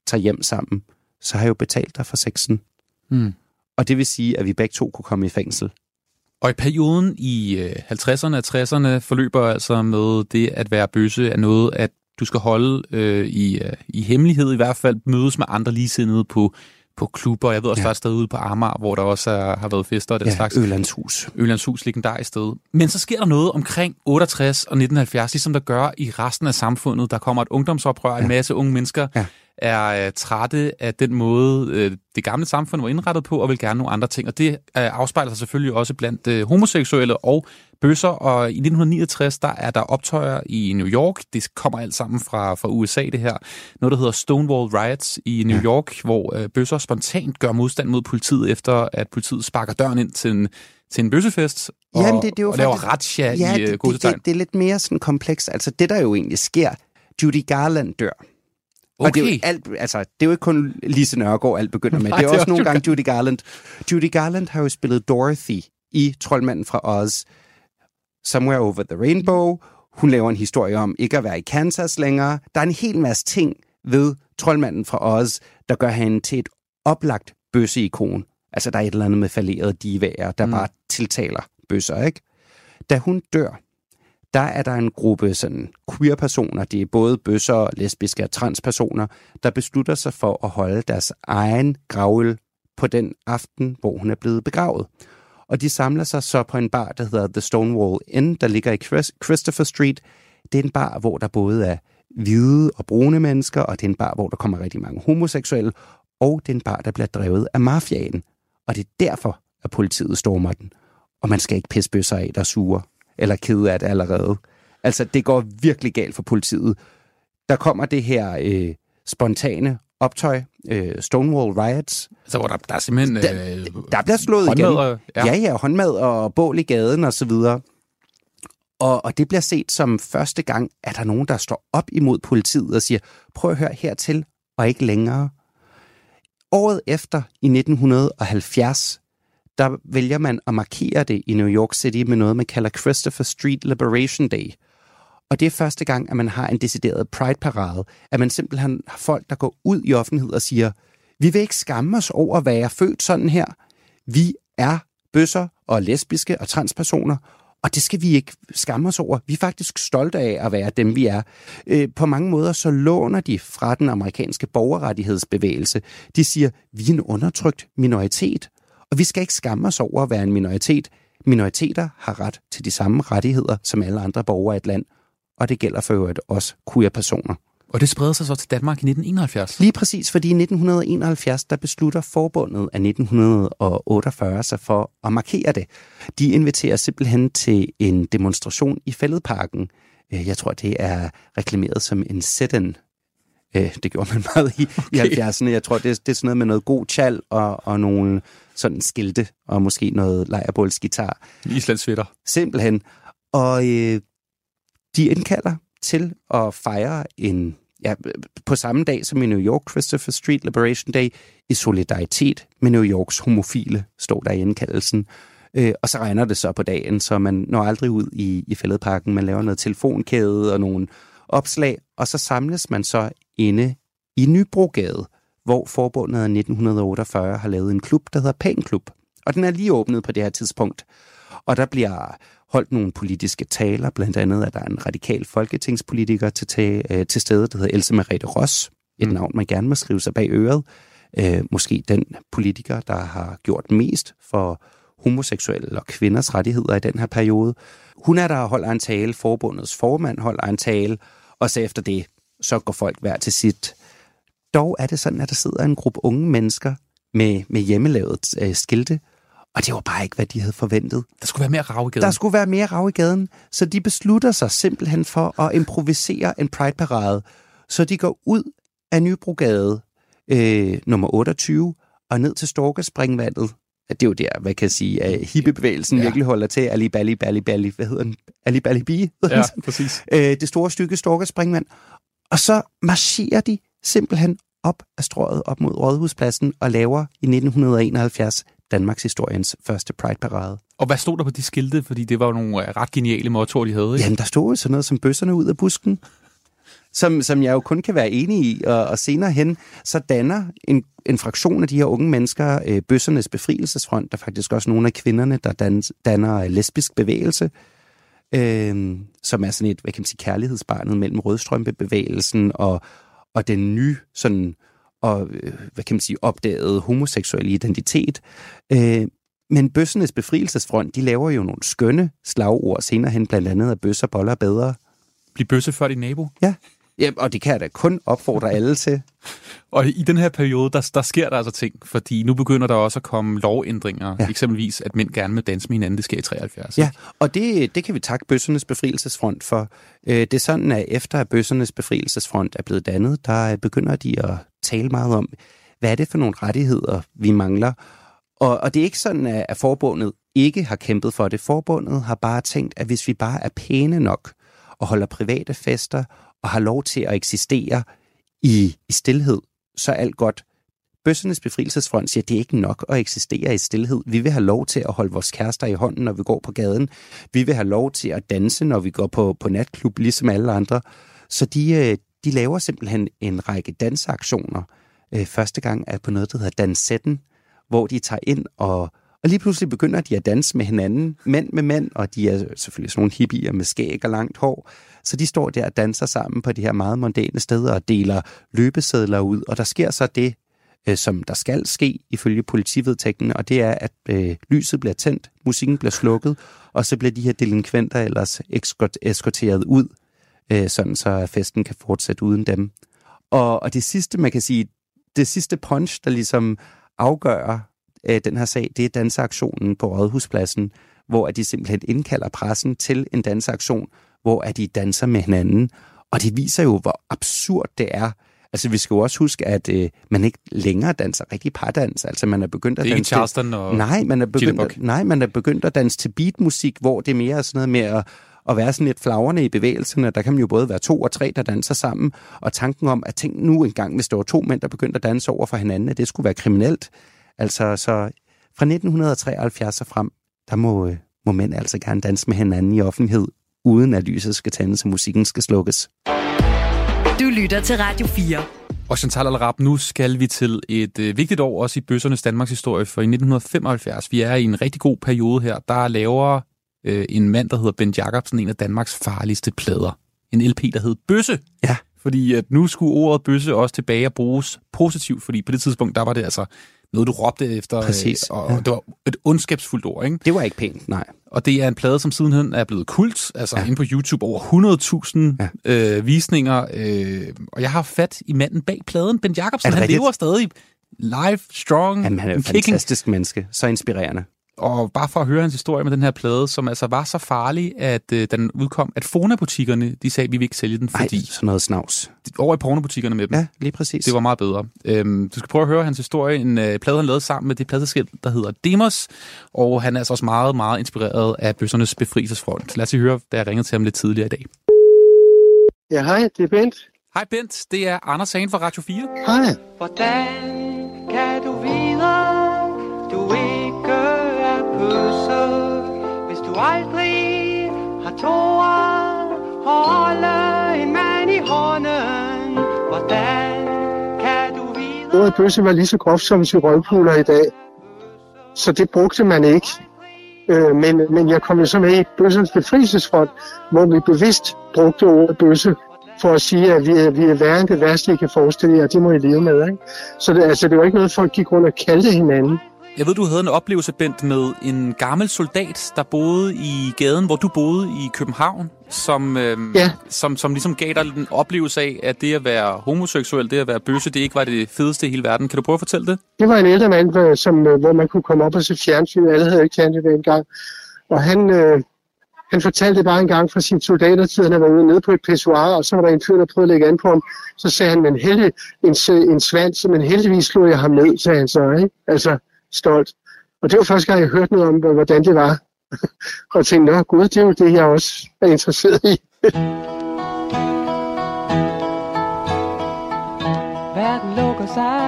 tager hjem sammen, så har jeg jo betalt dig for sexen. Mm. Og det vil sige, at vi begge to kunne komme i fængsel. Og i perioden i halvtredserne og tresserne forløber altså med det at være bøsse af noget, at du skal holde øh, i, øh, i hemmelighed, i hvert fald mødes med andre ligesindede på, på klubber. Jeg ved også, ja. Der er stadig ude på Amager, hvor der også er, har været fester og den ja, slags. Ølandshus. Ølandshus, legendarisk sted. Men så sker der noget omkring otteogtres og nitten halvfjerds, ligesom der gør i resten af samfundet. Der kommer et ungdomsoprør, ja. En masse unge mennesker ja. er uh, trætte af den måde, uh, det gamle samfund var indrettet på, og vil gerne nogle andre ting. Og det uh, afspejler sig selvfølgelig også blandt uh, homoseksuelle og bøsser, og i nitten niogtres, der er der optøjer i New York. Det kommer alt sammen fra, fra U S A, det her. Noget, der hedder Stonewall Riots i New ja. York, hvor uh, bøsser spontant gør modstand mod politiet, efter at politiet sparker døren ind til en, til en bøssefest, og, Jamen, det, det er jo og laver faktisk, razzia ja, i uh, det, det, det, det er lidt mere sådan kompleks. Altså, det der jo egentlig sker, Judy Garland dør. Okay. Og det er, jo alt, altså, det er jo ikke kun Lise Nørgaard, alt begynder med. Nej, det er det også er nogle jo gange Judy Garland. Judy Garland har jo spillet Dorothy i Troldmanden fra Oz, Somewhere Over the Rainbow. Hun laver en historie om ikke at være i Kansas længere. Der er en hel masse ting ved Troldmanden fra Oz, der gør hende til et oplagt bøsse-ikon. Altså, der er et eller andet med fallerede divaer, der mm. bare tiltaler bøsser, ikke? Da hun dør, der er der en gruppe sådan queer-personer, det er både bøsser, lesbiske og transpersoner, der beslutter sig for at holde deres egen gravøl på den aften, hvor hun er blevet begravet. Og de samler sig så på en bar, der hedder The Stonewall Inn, der ligger i Christopher Street. Det er en bar, hvor der både er hvide og brune mennesker, og det er en bar, hvor der kommer rigtig mange homoseksuelle, og det er en bar, der bliver drevet af mafiaen. Og det er derfor, at politiet stormer den. Og man skal ikke pisse bøsser af, der er sure, eller kede af det allerede. Altså, det går virkelig galt for politiet. Der kommer det her øh, spontane optøj, øh, Stonewall Riots. Altså, hvor der, der er simpelthen... Øh, der, der bliver slået igen. Og, ja. ja, ja, håndmad og bål i gaden og så videre. Og, og det bliver set som første gang, at der er nogen, der står op imod politiet og siger, prøv at høre hertil, og ikke længere. Året efter, i nitten halvfjerds, der vælger man at markere det i New York City med noget, man kalder Christopher Street Liberation Day. Og det er første gang, at man har en decideret pride-parade, at man simpelthen har folk, der går ud i offentlighed og siger, vi vil ikke skamme os over at være født sådan her. Vi er bøsser og lesbiske og transpersoner, og det skal vi ikke skamme os over. Vi er faktisk stolte af at være dem, vi er. Øh, på mange måder så låner de fra den amerikanske borgerrettighedsbevægelse. De siger, vi er en undertrykt minoritet, og vi skal ikke skamme os over at være en minoritet. Minoriteter har ret til de samme rettigheder som alle andre borgere i et land, og det gælder for øvrigt også queer-personer. Og det spreder sig så til Danmark i nitten enoghalvfjerds? Lige præcis, fordi i nitten enoghalvfjerds, der beslutter forbundet af nitten otteogfyrre sig for at markere det. De inviterer simpelthen til en demonstration i Fælledparken. Jeg tror, det er reklameret som en sit-in. Det gjorde man meget i, okay. i halvfjerdserne. Jeg tror, det er, det er sådan noget med noget god tjal og, og nogle sådan skilte, og måske noget lejrbålsgitar. Islandsfætter. Simpelthen. Og øh, de indkalder til at fejre en, ja, på samme dag som i New York, Christopher Street Liberation Day, i solidaritet med New Yorks homofile, står der i indkaldelsen. Øh, og så regner det så på dagen, så man når aldrig ud i, i Fælledparken. Man laver noget telefonkæde og nogle opslag, og så samles man så inde i Nybrogade, hvor forbundet af nitten otteogfyrre har lavet en klub, der hedder Pan Klub. Og den er lige åbnet på det her tidspunkt. Og der bliver holdt nogle politiske taler, blandt andet at der er en radikal folketingspolitiker til, til, øh, til stede, der hedder Else Merete Ross. Et mm. navn, man gerne må skrive sig bag øret. Øh, måske den politiker, der har gjort mest for homoseksuelle og kvinders rettigheder i den her periode. Hun er der og holder en tale, forbundets formand holder en tale, og så efter det, så går folk hver til sit. Dog er det sådan, at der sidder en gruppe unge mennesker med, med hjemmelavet øh, skilte, og det var bare ikke, hvad de havde forventet. Der skulle være mere rav i gaden. Der skulle være mere rav i gaden, så de beslutter sig simpelthen for at improvisere en pride-parade. Så de går ud af Nybrogade øh, nummer otteogtyve og ned til Storkespringvandet. Det er jo der, hvad kan jeg sige, at hippiebevægelsen ja. virkelig holder til. Ali Bali Bali Bali, hvad hedder den? Ali Bali Bi? Ja, præcis. Øh, det store stykke Storkespringvand. Og så marcherer de simpelthen op af strøget op mod Rådhuspladsen og laver i nitten enoghalvfjerds Danmarks historiens første Pride-parade. Og hvad stod der på de skilte? Fordi det var jo nogle ret geniale mottoer, de havde, ikke? Jamen, der stod sådan noget som bøsserne ud af busken. som, som jeg jo kun kan være enig i. Og, og senere hen, så danner en, en fraktion af de her unge mennesker øh, Bøssernes Befrielsesfront, der faktisk også nogle af kvinderne, der dan, danner lesbisk bevægelse, øh, som er sådan et, hvad kan man sige, kærlighedsbarnet mellem rødstrømpebevægelsen og, og den nye sådan, og, øh, hvad kan man sige, opdagede homoseksuelle identitet. Øh, Men Bøssernes Befrielsesfront, de laver jo nogle skønne slagord senere hen, blandt andet at bøsser boller bedre. Bliv bøsse før din nabo? Ja. Ja, og det kan jeg da kun opfordre alle til. Og i den her periode, der, der sker der altså ting, fordi nu begynder der også at komme lovændringer. Ja. Eksempelvis, at mænd gerne vil danse med hinanden, det sker i treoghalvfjerds. Ja, og det, det kan vi takke Bøssernes Befrielsesfront for. Det er sådan, at efter at Bøssernes Befrielsesfront er blevet dannet, der begynder de at tale meget om, hvad er det for nogle rettigheder, vi mangler. Og, og det er ikke sådan, at forbundet ikke har kæmpet for det. Forbundet har bare tænkt, at hvis vi bare er pæne nok og holder private fester og har lov til at eksistere i, i stilhed, så er alt godt. Bøssernes Befrielsesfront siger, at det er ikke nok at eksistere i stilhed. Vi vil have lov til at holde vores kærester i hånden, når vi går på gaden. Vi vil have lov til at danse, når vi går på, på natklub, ligesom alle andre. Så de, de laver simpelthen en række danseaktioner. Første gang er på noget, der hedder Dansetten, hvor de tager ind, og, og lige pludselig begynder de at danse med hinanden, mænd med mænd, og de er selvfølgelig sådan nogle hippier med skæg og langt hår, så de står der og danser sammen på de her meget mondæne steder og deler løbesedler ud, og der sker så det, øh, som der skal ske ifølge politivedtægten, og det er, at øh, lyset bliver tændt, musikken bliver slukket, og så bliver de her delinkventer ellers eskort- eskorteret ud, øh, sådan så festen kan fortsætte uden dem. Og, og det sidste, man kan sige, det sidste punch, der ligesom afgør øh, den her sag, det er danseaktionen på Rådhuspladsen, hvor de simpelthen indkalder pressen til en danseaktion, hvor de danser med hinanden. Og det viser jo, hvor absurd det er. Altså, vi skal jo også huske, at øh, man ikke længere danser rigtig pardans. Altså, man er begyndt at det er danse... ikke Charleston og nej, man er begyndt at, nej, man er begyndt at danse til beatmusik, hvor det er mere sådan noget med at, at være sådan lidt flagrende i bevægelserne. Der kan man jo både være to og tre, der danser sammen. Og tanken om, at tænk nu engang, hvis der var to mænd, der begyndte at danse over for hinanden, at det skulle være kriminelt. Altså, så fra nitten treoghalvfjerds og frem, der må, må mænd altså gerne danse med hinanden i offentlighed, uden at lyset skal tændes, og musikken skal slukkes. Du lytter til Radio fire. Og Chantal Al-Rab, nu skal vi til et øh, vigtigt år også i bøssernes Danmarks historie, for i nitten femoghalvfjerds, vi er i en rigtig god periode her, der laver øh, en mand, der hedder Bent Jacobsen, en af Danmarks farligste plader. En L P, der hed Bøsse. Ja. Fordi at nu skulle ordet bøsse også tilbage og bruges positivt, fordi på det tidspunkt, der var det altså noget, du råbte efter. Præcis. Og ja. det var et ondskabsfuldt ord, ikke? Det var ikke pænt, nej. Og det er en plade, som sidenhen er blevet kult, altså ja. inde på YouTube over hundrede tusind ja. øh, visninger. Øh, og jeg har fat i manden bag pladen, Bent Jacobsen. Han rigtigt? lever stadig live, strong, Jamen, han er et kicking. Fantastisk menneske, så inspirerende. Og bare for at høre hans historie med den her plade, som altså var så farlig, at øh, den udkom, at Fona-butikkerne, de sagde, at vi vil ikke sælge den, fordi... Ej, sådan noget snavs. Over i pornobutikkerne med dem. Ja, lige præcis. Det var meget bedre. Øhm, du skal prøve at høre hans historie. En øh, plade, han lavede sammen med det pladeselskab, der hedder Demos, og han er altså også meget, meget inspireret af Bøssernes Befrielsesfront. Lad os høre, da jeg ringede til ham lidt tidligere i dag. Ja, hej, det er Bent. Hej Bent, det er Anders Hagen fra Radio fire. Hej. Hvordan kan du vide, du ikke er bøsse, hvis du aldrig har tåret holde en mand i hånden? Hvordan kan du vide... Ordet bøsse var lige så groft som til røvpuler i dag, så det brugte man ikke. Øh, men, men jeg kom jo så med i Bøssernes Befrielsesfront, hvor vi bevidst brugte ordet bøsse for at sige, at vi er, vi er værre end det værste, I kan forestille jer, og det må I leve med. Ikke? Så det, altså, det var ikke noget, folk gik rundt og kaldte hinanden. Jeg ved, du havde en oplevelse, Bent, med en gammel soldat, der boede i gaden, hvor du boede i København, som, øhm, ja. som, som ligesom gav dig en oplevelse af, at det at være homoseksuel, det at være bøsse, det ikke var det fedeste i hele verden. Kan du prøve at fortælle det? Det var en ældre mand, som, hvor man kunne komme op og se fjernsyn. Alle havde ikke fjernsyn engang. Og han... Øh, Han fortalte bare en gang fra sin soldatertid, at han var ude nede på et pissoir, og så var der en fyr, der prøvede at lægge an på ham. Så sagde han, men heldig, en, en svans, men heldigvis slog jeg ham ned, sagde han så, ikke? Altså stolt. Og det var første gang, jeg hørte noget om, hvordan det var. Og jeg tænkte, nå gud, det er jo det, jeg også er interesseret i. Verden lukker sig,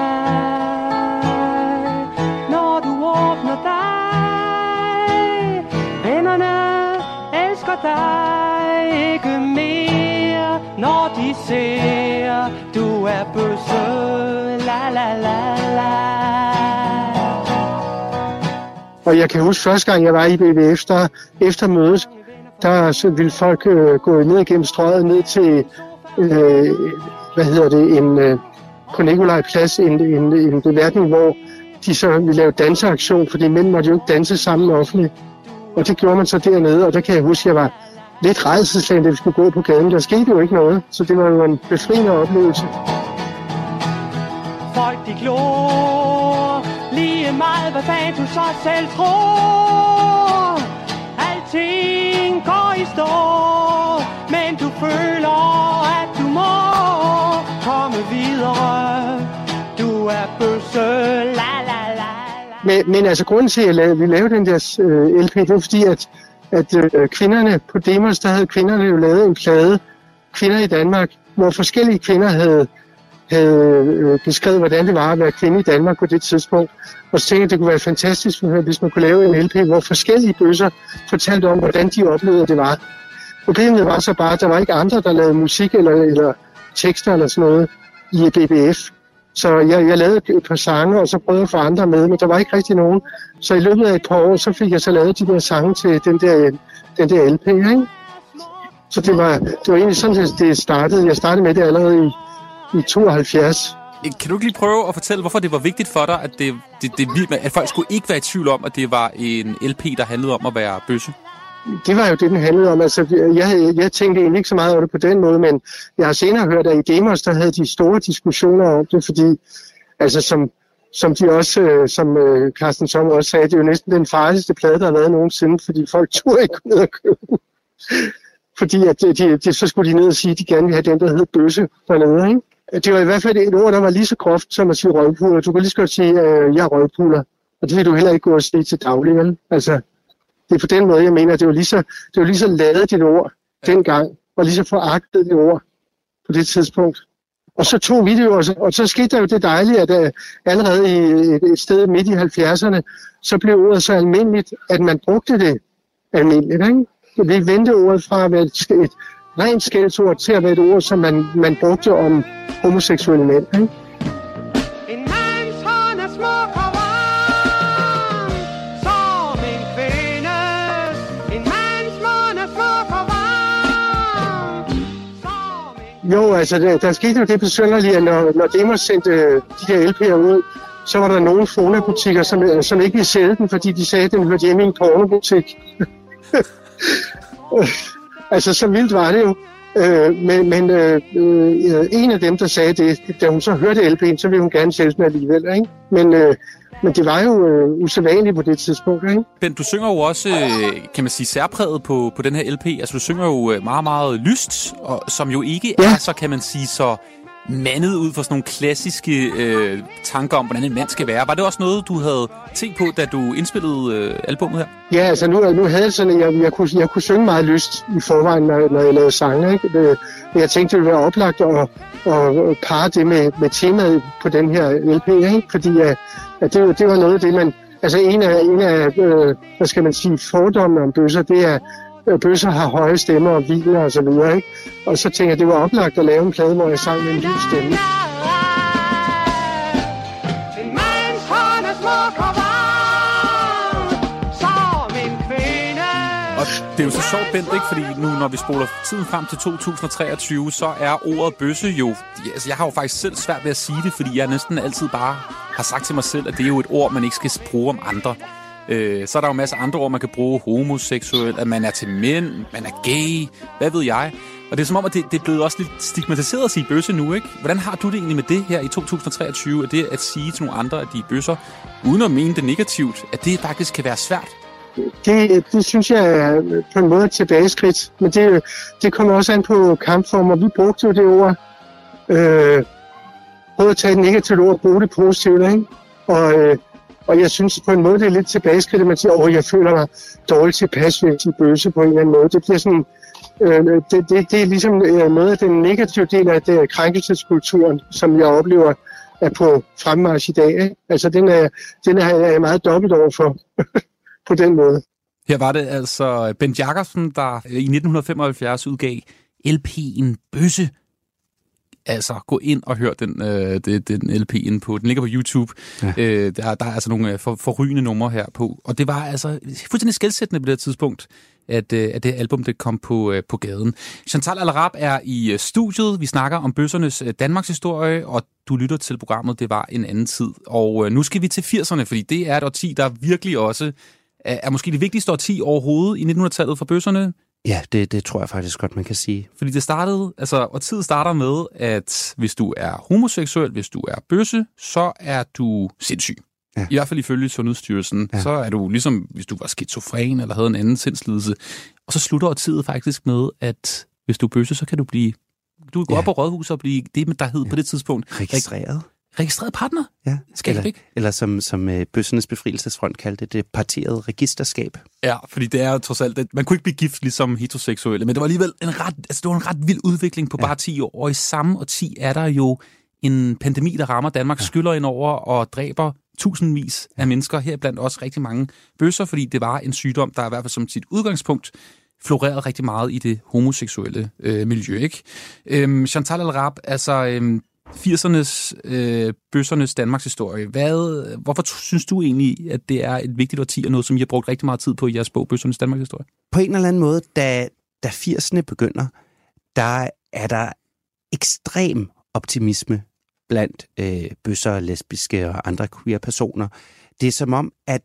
når du åbner dig. Vennerne elsker dig, ikke mere, når de ser, du er bøsse. La la la la. Og jeg kan huske første gang, jeg var i B V F, der efter mødet, der så ville folk øh, gå ned igennem strøget, ned til, øh, hvad hedder det, en, øh, på Nikolaj Plads, en, en, en beværtning, hvor de så ville lave danseaktion, fordi mænd måtte jo ikke danse sammen offentligt. Og det gjorde man så dernede, og der kan jeg huske, at jeg var lidt rædselsslagen, da vi skulle gå på gaden. Der skete jo ikke noget, så det var jo en befriende oplevelse. Folk de glor, lige meget hvad fanden du så selv tror. Alting går i stå, men du føler, at du må komme videre. Du er bøsse, la la la. Men, men altså grunden til, at lavede, vi lavede den der øh, L P, det var fordi, at, at øh, kvinderne på Demos, der havde kvinderne jo lavet en plade, Kvinder i Danmark, hvor forskellige kvinder havde, havde øh, beskrevet, hvordan det var at være kvinde i Danmark på det tidspunkt. Og så tænkte jeg, at det kunne være fantastisk, hvis man kunne lave en L P, hvor forskellige bøsser fortalte om, hvordan de oplevede, at det var. Problemet var så bare, at der var ikke andre, der lavede musik eller, eller tekster eller sådan noget i B B F. Så jeg, jeg lavede et par sange, og så prøvede jeg at få andre med, men der var ikke rigtig nogen. Så i løbet af et par år, så fik jeg så lavet de der sange til den der, den der L P, ikke? Så det var, det var egentlig sådan, at det startede. Jeg startede med det allerede i, i tooghalvfjerds. Kan du ikke lige prøve at fortælle, hvorfor det var vigtigt for dig, at, det, det, det, at folk skulle ikke være i tvivl om, at det var en L P, der handlede om at være bøsse? Det var jo det, den handlede om. Altså, jeg, jeg tænkte egentlig ikke så meget over det på den måde, men jeg har senere hørt, at i Demos, der havde de store diskussioner om det, fordi, altså som, som de også, som Carsten Sommer også sagde, det er jo næsten den farligste plade, der har været nogensinde, fordi folk turde ikke gå ned og købe den. Fordi at de, de, de, så skulle de ned og sige, at de gerne ville have den, der hed bøsse dernede, ikke? Det var i hvert fald et ord, der var lige så groft som at sige røgpuler. Du kan lige så godt sige, at uh, jeg er røgpuler. Og det vil du heller ikke gå og sige til daglig, vel? Altså, det er på den måde, jeg mener, at det var lige så, det var lige så ladet dit ord dengang, og lige så foragtet dit ord på det tidspunkt. Og så to videoer, og så skete der jo det dejlige, at uh, allerede i et, et sted midt i halvfjerdserne, så blev ordet så almindeligt, at man brugte det almindeligt, ikke? Vi vendte ordet fra at være et, et rent skældsord til at være et ord, som man, man brugte om homoseksuelle mænd, ikke? En mands hånd er smuk og varm, som en kvindes. En mands mund er smuk og varm, som en... Jo, altså, der, der skete jo det besynderlige, at når, når Demos sendte de her L P'er ud, så var der nogle fonabutikker, som, som ikke ville sælge den, fordi de sagde, at den hørte hjemme i en pornobutik. Altså, så vildt var det jo. Øh, men men øh, øh, en af dem, der sagde det, da hun så hørte L P'en, så ville hun gerne sælge den alligevel, ikke? Men, øh, men det var jo øh, usædvanligt på det tidspunkt, ikke? Ben, du synger jo også, kan man sige, særpræget på, på den her L P. Altså, du synger jo meget, meget lyst, og, som jo ikke ja. er så, kan man sige, så mandet ud for sådan nogle klassiske øh, tanker om, hvordan en mand skal være. Var det også noget, du havde tænkt på, da du indspillede øh, albummet her? Ja, altså nu, nu havde jeg sådan, jeg, jeg, kunne, jeg kunne synge meget lyst i forvejen, når, når jeg lavede sange, ikke? Men jeg tænkte, det ville være oplagt at, at parre det med, med temaet på den her L P, ikke? Fordi at, at det, det var noget af det, man... Altså en af, en af øh, hvad skal man sige, fordomme om bøsser, det er, at bøsser har høje stemmer og hviler og så videre, ikke? Og så tænkte jeg, det var oplagt at lave en plade, hvor jeg sang med en lille stemme. Og det er jo så sjovt, Bent, ikke? Fordi nu, når vi spoler tiden frem til to tusind og treogtyve, så er ordet bøsse jo... Altså, jeg har jo faktisk selv svært ved at sige det, fordi jeg næsten altid bare har sagt til mig selv, at det er jo et ord, man ikke skal bruge om andre. Øh, så er der jo masser af andre ord, man kan bruge. Homoseksuel, at man er til mænd, man er gay, hvad ved jeg. Og det er som om, at det, det er blevet også lidt stigmatiseret at sige bøsse nu, ikke? Hvordan har du det egentlig med det her i to tusind og treogtyve, at det at sige til nogle andre, at de er bøsser, uden at mene det negativt, at det faktisk kan være svært? Det, det synes jeg er på en måde et tilbageskridt, men det, det kommer også an på kampformer. Vi brugte jo det ord, øh, prøve at tage et negativt ord og bruge det positivt, ikke? Og, øh, og jeg synes på en måde, det er lidt tilbageskridt, at man siger, åh, jeg føler mig dårligt tilpas ved at sige bøsse på en eller anden måde. Det bliver sådan, øh, det, det, det er ligesom noget af den negative del af det, krænkelseskulturen, som jeg oplever er på fremmarch i dag, ikke? Altså den er, den er jeg meget dobbelt over for. På den måde. Her var det altså Bent Jacobsen, der i nitten femoghalvfjerds udgav L P'en Bøsse. Altså, gå ind og hør den, øh, den, den L P ind på. Den ligger på YouTube. Ja. Øh, der, der er altså nogle for, forrygende numre her på. Og det var altså fuldstændig skelsættende på det tidspunkt, at, øh, at det album det kom på, øh, på gaden. Chantal Al-Arab er i øh, studiet. Vi snakker om bøssernes øh, Danmarks historie, og du lytter til programmet Det var en anden tid. Og øh, nu skal vi til firserne, fordi det er et årti, der virkelig også er, er måske det vigtigste årti overhovedet i nittenhundredetallet for bøsserne. Ja, det, det tror jeg faktisk godt, man kan sige. Fordi det startede, altså, og tid starter med, at hvis du er homoseksuel, hvis du er bøsse, så er du sindssyg. Ja. I hvert fald ifølge Sundhedsstyrelsen. Ja. Så er du ligesom, hvis du var skizofren eller havde en anden sindslidelse. Og så slutter årtiet faktisk med, at hvis du er bøsse, så kan du blive, du kan gå ja. op på rådhuset og blive det, der hed ja. på det tidspunkt. Registreret. Registreret partner? Ja. Skab, eller, ikke? Eller som, som uh, Bøssernes Befrielsesfront kaldte det, parterede registerskab. Ja, fordi det er jo trods alt, man kunne ikke blive gift ligesom heteroseksuelle, men det var alligevel en ret, altså det var en ret vild udvikling på ja. bare ti år, og i samme årti er der jo en pandemi, der rammer Danmark, ja. skyller ind over og dræber tusindvis af mennesker, heriblandt også rigtig mange bøsser, fordi det var en sygdom, der i hvert fald som sit udgangspunkt florerede rigtig meget i det homoseksuelle øh, miljø, ikke? Øhm, Chantal Al-Arab, altså øhm, firsernes, øh, bøssernes Danmarks historie. Hvad, hvorfor synes du egentlig, at det er et vigtigt årti, og noget, som I har brugt rigtig meget tid på i jeres bog, Bøssernes Danmarks historie? På en eller anden måde, da, da firserne begynder, der er der ekstrem optimisme blandt øh, bøsser, lesbiske og andre queer personer. Det er som om, at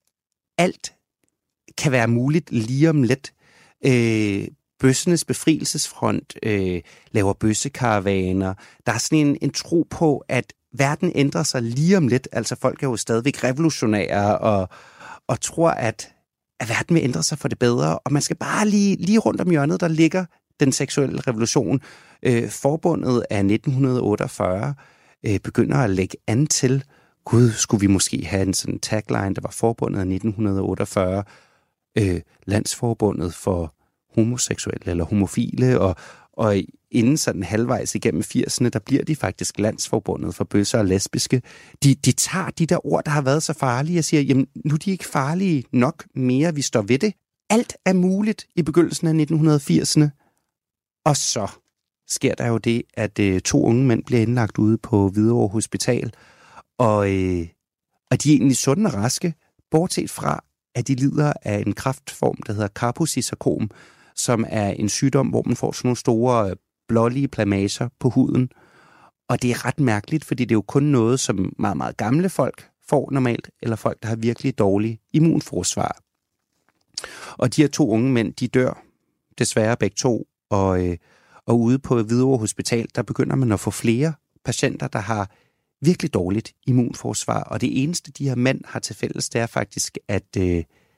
alt kan være muligt lige om lidt. Øh, Bøssernes Befrielsesfront øh, laver bøssekaravaner. Der er sådan en, en tro på, at verden ændrer sig lige om lidt. Altså folk er jo stadigvæk revolutionære og, og tror, at, at verden vil ændre sig for det bedre. Og man skal bare lige, lige rundt om hjørnet, der ligger den seksuelle revolution. Øh, forbundet af nitten otteogfyrre øh, begynder at lægge an til, gud, skulle vi måske have en sådan tagline, der var forbundet af nitten otteogfyrre, øh, Landsforbundet for homoseksuelle eller homofile, og, og inden sådan halvvejs igennem firserne, der bliver de faktisk Landsforbundet for bøsser og lesbiske. De, de tager de der ord, der har været så farlige, og siger, jamen nu er de ikke farlige nok mere, vi står ved det. Alt er muligt i begyndelsen af nitten firserne, og så sker der jo det, at øh, to unge mænd bliver indlagt ude på Hvidovre Hospital, og, øh, og de er egentlig sunde og raske, bortset fra, at de lider af en kræftform, der hedder Kaposi-sarkom, som er en sygdom, hvor man får sådan nogle store blålige plamager på huden. Og det er ret mærkeligt, fordi det er jo kun noget, som meget, meget gamle folk får normalt, eller folk, der har virkelig dårlig immunforsvar. Og de her to unge mænd, de dør desværre begge to, og, øh, og ude på Hvidovre Hospital, der begynder man at få flere patienter, der har virkelig dårligt immunforsvar. Og det eneste, de her mænd har til fælles, det er faktisk, at, øh,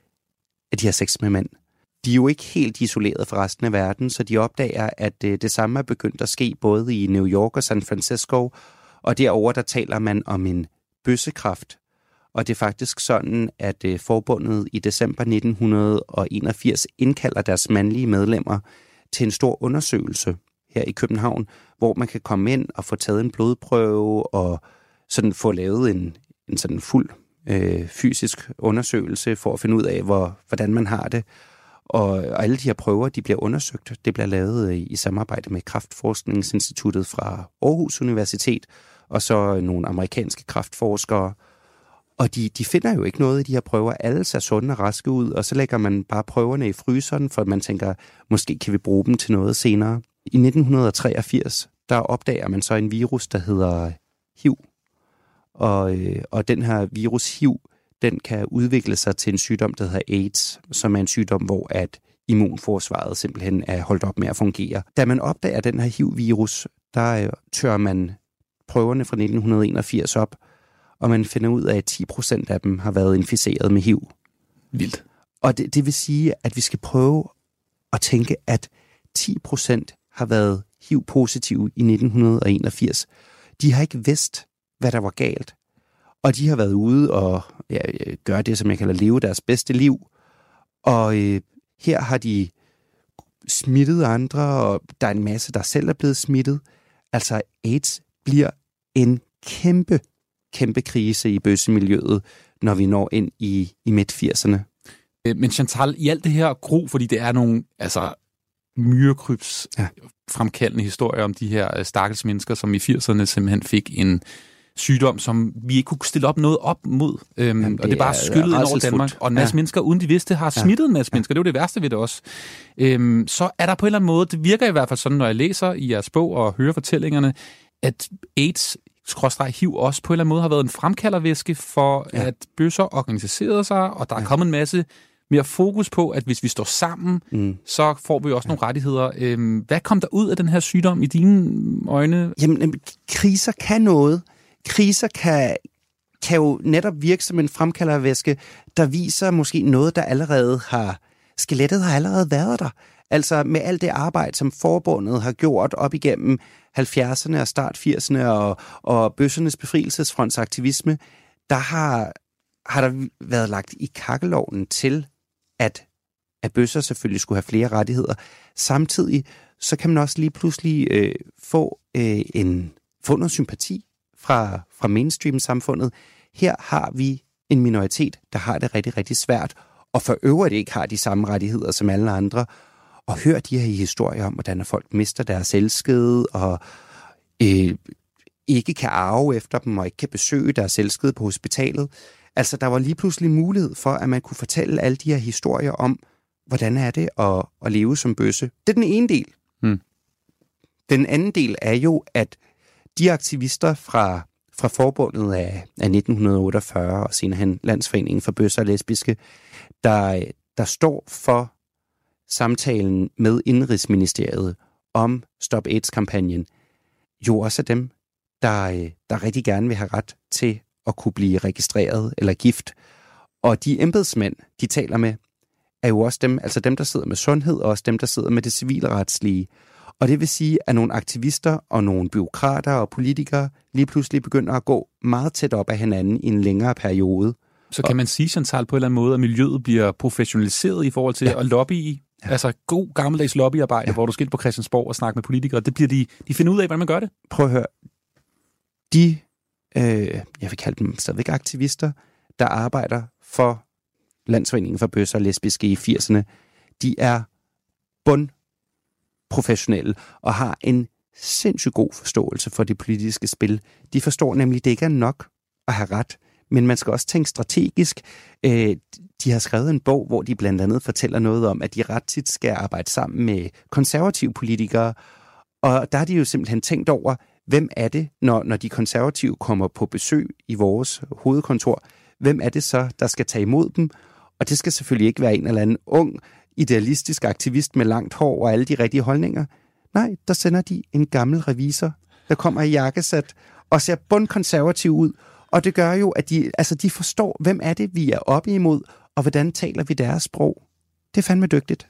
at de har sex med mænd. De er jo ikke helt isoleret fra resten af verden, så de opdager, at øh, det samme er begyndt at ske både i New York og San Francisco, og derover der taler man om en bøssekræft. Og det er faktisk sådan, at øh, forbundet i december nitten enogfirs indkalder deres mandlige medlemmer til en stor undersøgelse her i København, hvor man kan komme ind og få taget en blodprøve og sådan få lavet en, en sådan fuld øh, fysisk undersøgelse for at finde ud af, hvor, hvordan man har det. Og, og alle de her prøver, de bliver undersøgt. Det bliver lavet i, i samarbejde med Kræftforskningsinstituttet fra Aarhus Universitet, og så nogle amerikanske kræftforskere. Og de, de finder jo ikke noget i de her prøver. Alle ser sunde og raske ud, og så lægger man bare prøverne i fryseren, for man tænker, måske kan vi bruge dem til noget senere. I nitten treogfirs, der opdager man så en virus, der hedder H I V. Og, og den her virus H I V, den kan udvikle sig til en sygdom, der hedder AIDS, som er en sygdom, hvor at immunforsvaret simpelthen er holdt op med at fungere. Da man opdager den her H I V-virus, der tør man prøverne fra nitten enogfirs op, og man finder ud af, at ti procent af dem har været inficeret med H I V. Vildt. Og det, det vil sige, at vi skal prøve at tænke, at ti procent har været H I V-positive i nitten enogfirs. De har ikke vidst, hvad der var galt. Og de har været ude og ja, gøre det, som jeg kalder leve deres bedste liv. Og øh, her har de smittet andre, og der er en masse, der selv er blevet smittet. Altså AIDS bliver en kæmpe, kæmpe krise i bøssemiljøet, når vi når ind i, i midt firserne. Men Chantal, i alt det her gro, fordi det er nogle altså, myrekryps ja. fremkaldende historier om de her stakkels mennesker, som i firserne simpelthen fik en sygdom, som vi ikke kunne stille op noget op mod. Øhm, Jamen, det og det er bare skyllet ind over Danmark. Og en masse ja. mennesker, uden de vidste, har smittet ja. en masse mennesker. Det er jo det værste ved det også. Øhm, så er der på en eller anden måde, det virker i hvert fald sådan, når jeg læser i jeres bog og hører fortællingerne, at AIDS H I V også på en eller anden måde har været en fremkaldervæske for, ja. at bøsser organiserede sig, og der er ja. kommet en masse mere fokus på, at hvis vi står sammen, mm. så får vi også ja. nogle rettigheder. Øhm, hvad kom der ud af den her sygdom i dine øjne? Jamen, kriser kan noget. Kriser kan, kan jo netop virke som en fremkaldervæske, der viser måske noget, der allerede har... Skelettet har allerede været der. Altså med alt det arbejde, som forbundet har gjort op igennem halvfjerdserne og start firserne og, og bøssernes befrielsesfronts aktivisme, der har, har der været lagt i kakkelovnen til, at, at bøsser selvfølgelig skulle have flere rettigheder. Samtidig så kan man også lige pludselig øh, få, øh, en, få noget sympati fra, fra mainstream-samfundet. Her har vi en minoritet, der har det rigtig, rigtig svært, og for øvrigt ikke har de samme rettigheder som alle andre. Og hør de her historier om, hvordan folk mister deres elskede, og øh, ikke kan arve efter dem, og ikke kan besøge deres elskede på hospitalet. Altså, der var lige pludselig mulighed for, at man kunne fortælle alle de her historier om, hvordan er det at, at leve som bøsse. Det er den ene del. Hmm. Den anden del er jo, at de aktivister fra, fra forbundet af, af nitten otteogfyrre, og senere hen Landsforeningen for Bøsser og Lesbiske, der, der står for samtalen med Indenrigsministeriet om Stop AIDS-kampagnen, jo også er dem, der, der rigtig gerne vil have ret til at kunne blive registreret eller gift. Og de embedsmænd, de taler med, er jo også dem, altså dem, der sidder med sundhed, og også dem, der sidder med det civilretslige. Og det vil sige, at nogle aktivister og nogle bureaukrater og politikere lige pludselig begynder at gå meget tæt op af hinanden i en længere periode. Så kan man sige, Chantal, på en eller anden måde, at miljøet bliver professionaliseret i forhold til ja. at lobbye? Ja. Altså god gammeldags lobbyarbejde, ja. hvor du skal på Christiansborg og snakke med politikere. Det bliver de, de finder ud af, hvordan man gør det. Prøv at høre. De, øh, jeg vil kalde dem stadigvæk aktivister, der arbejder for Landsforeningen for Bøsser og Lesbiske i firserne, de er bundprofessionelle og har en sindssygt god forståelse for det politiske spil. De forstår nemlig, at det ikke er nok at have ret, men man skal også tænke strategisk. Øh, de har skrevet en bog, hvor de blandt andet fortæller noget om, at de ret tit skal arbejde sammen med konservative politikere, og der har de jo simpelthen tænkt over, hvem er det, når, når de konservative kommer på besøg i vores hovedkontor, hvem er det så, der skal tage imod dem? Og det skal selvfølgelig ikke være en eller anden ung, idealistisk aktivist med langt hår og alle de rigtige holdninger. Nej, der sender de en gammel revisor, der kommer i jakkesæt og ser bundkonservativ ud. Og det gør jo, at de, altså de forstår, hvem er det, vi er oppe imod, og hvordan taler vi deres sprog. Det er fandme dygtigt.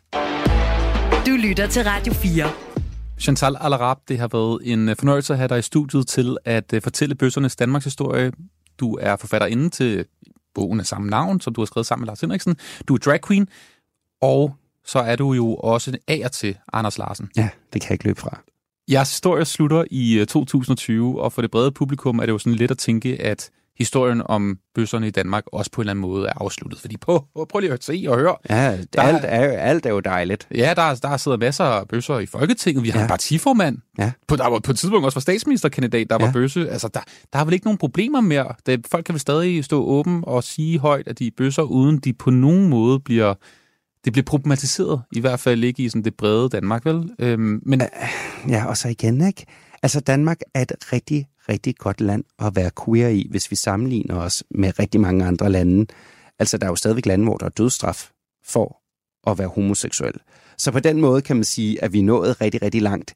Du lytter til Radio fire. Chantal Al-Arab, det har været en fornøjelse at have dig i studiet til at fortælle bøssernes Danmarks historie. Du er forfatterinde til bogen af samme navn, som du har skrevet sammen med Lars Henriksen. Du er drag queen, og så er du jo også ager til Anders Larsen. Ja, det kan jeg ikke løbe fra. Jeres historie slutter i to tusind og tyve, og for det brede publikum er det jo sådan lidt at tænke, at historien om bøsserne i Danmark også på en eller anden måde er afsluttet. Fordi på, prøv lige at se og høre. Ja, der, alt, er jo, alt er jo dejligt. Ja, der, der sidder masser af bøsser i Folketinget. Vi har ja. en partiformand. Ja. På, der var på et tidspunkt også var statsministerkandidat, der ja. var bøsse. Altså, der, der er vel ikke nogen problemer mere. Det, folk kan vel stadig stå åben og sige højt, at de er bøsser, uden de på nogen måde bliver... Det bliver problematiseret, i hvert fald ikke i sådan det brede Danmark, vel? Øhm, men... Ja, og så igen, ikke? Altså, Danmark er et rigtig, rigtig godt land at være queer i, hvis vi sammenligner os med rigtig mange andre lande. Altså, der er jo stadigvæk lande, hvor der er dødsstraf for at være homoseksuel. Så på den måde kan man sige, at vi er nået rigtig, rigtig langt.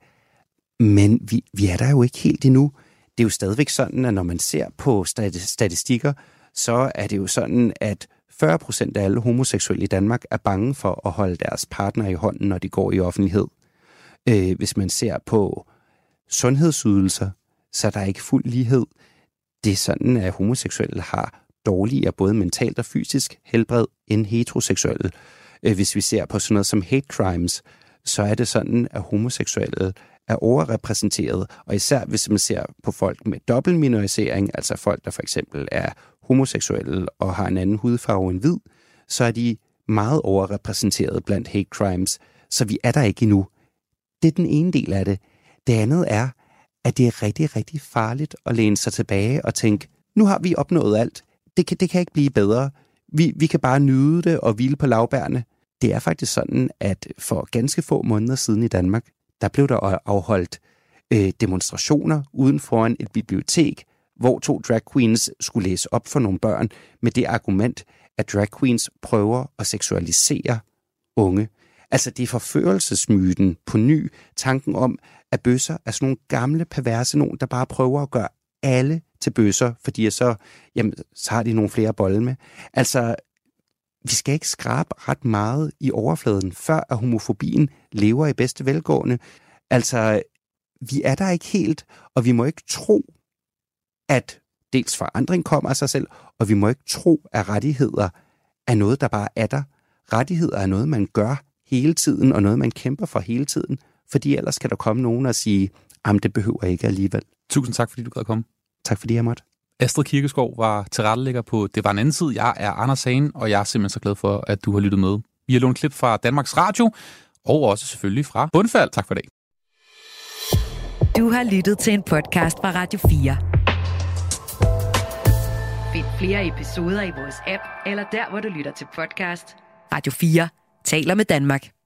Men vi, vi er der jo ikke helt endnu. Det er jo stadigvæk sådan, at når man ser på statistikker, så er det jo sådan, at fyrre procent af alle homoseksuelle i Danmark er bange for at holde deres partner i hånden, når de går i offentlighed. Øh, hvis man ser på sundhedsydelser, så er der ikke fuld lighed. Det er sådan, at homoseksuelle har dårligere både mentalt og fysisk helbred end heteroseksuelle. Øh, hvis vi ser på sådan noget som hate crimes, så er det sådan, at homoseksuelle er overrepræsenteret, og især hvis man ser på folk med dobbeltminorisering, altså folk, der for eksempel er homoseksuelle og har en anden hudfarve end hvid, så er de meget overrepræsenteret blandt hate crimes, så vi er der ikke endnu. Det er den ene del af det. Det andet er, at det er rigtig, rigtig farligt at læne sig tilbage og tænke, nu har vi opnået alt. Det kan, det kan ikke blive bedre. Vi, vi kan bare nyde det og hvile på laurbærne. Det er faktisk sådan, at for ganske få måneder siden i Danmark, der blev der afholdt øh, demonstrationer uden foran et bibliotek, hvor to drag queens skulle læse op for nogle børn med det argument, at drag queens prøver at seksualisere unge. Altså det er forførelsesmyten på ny, tanken om, at bøsser er sådan nogle gamle, perverse nogen, der bare prøver at gøre alle til bøsser, fordi så, jamen, så har de nogle flere bolle med. Altså, vi skal ikke skrabe ret meget i overfladen, før at homofobien lever i bedste velgående. Altså, vi er der ikke helt, og vi må ikke tro, at dels forandring kommer af sig selv, og vi må ikke tro, at rettigheder er noget, der bare er der. Rettigheder er noget, man gør hele tiden, og noget, man kæmper for hele tiden, fordi ellers kan der komme nogen og sige, jamen det behøver jeg ikke alligevel. Tusind tak, fordi du gad komme. Tak fordi jeg måtte. Astrid Kirkeskov var tilrettelægger på Det var en anden tid. Jeg er Anders Hagen, og jeg er simpelthen så glad for, at du har lyttet med. Vi har lånt klip fra Danmarks Radio, og også selvfølgelig fra Bundfald. Tak for det. Du har lyttet til en podcast fra Radio fire. Find flere episoder i vores app, eller der, hvor du lytter til podcast. Radio fire taler med Danmark.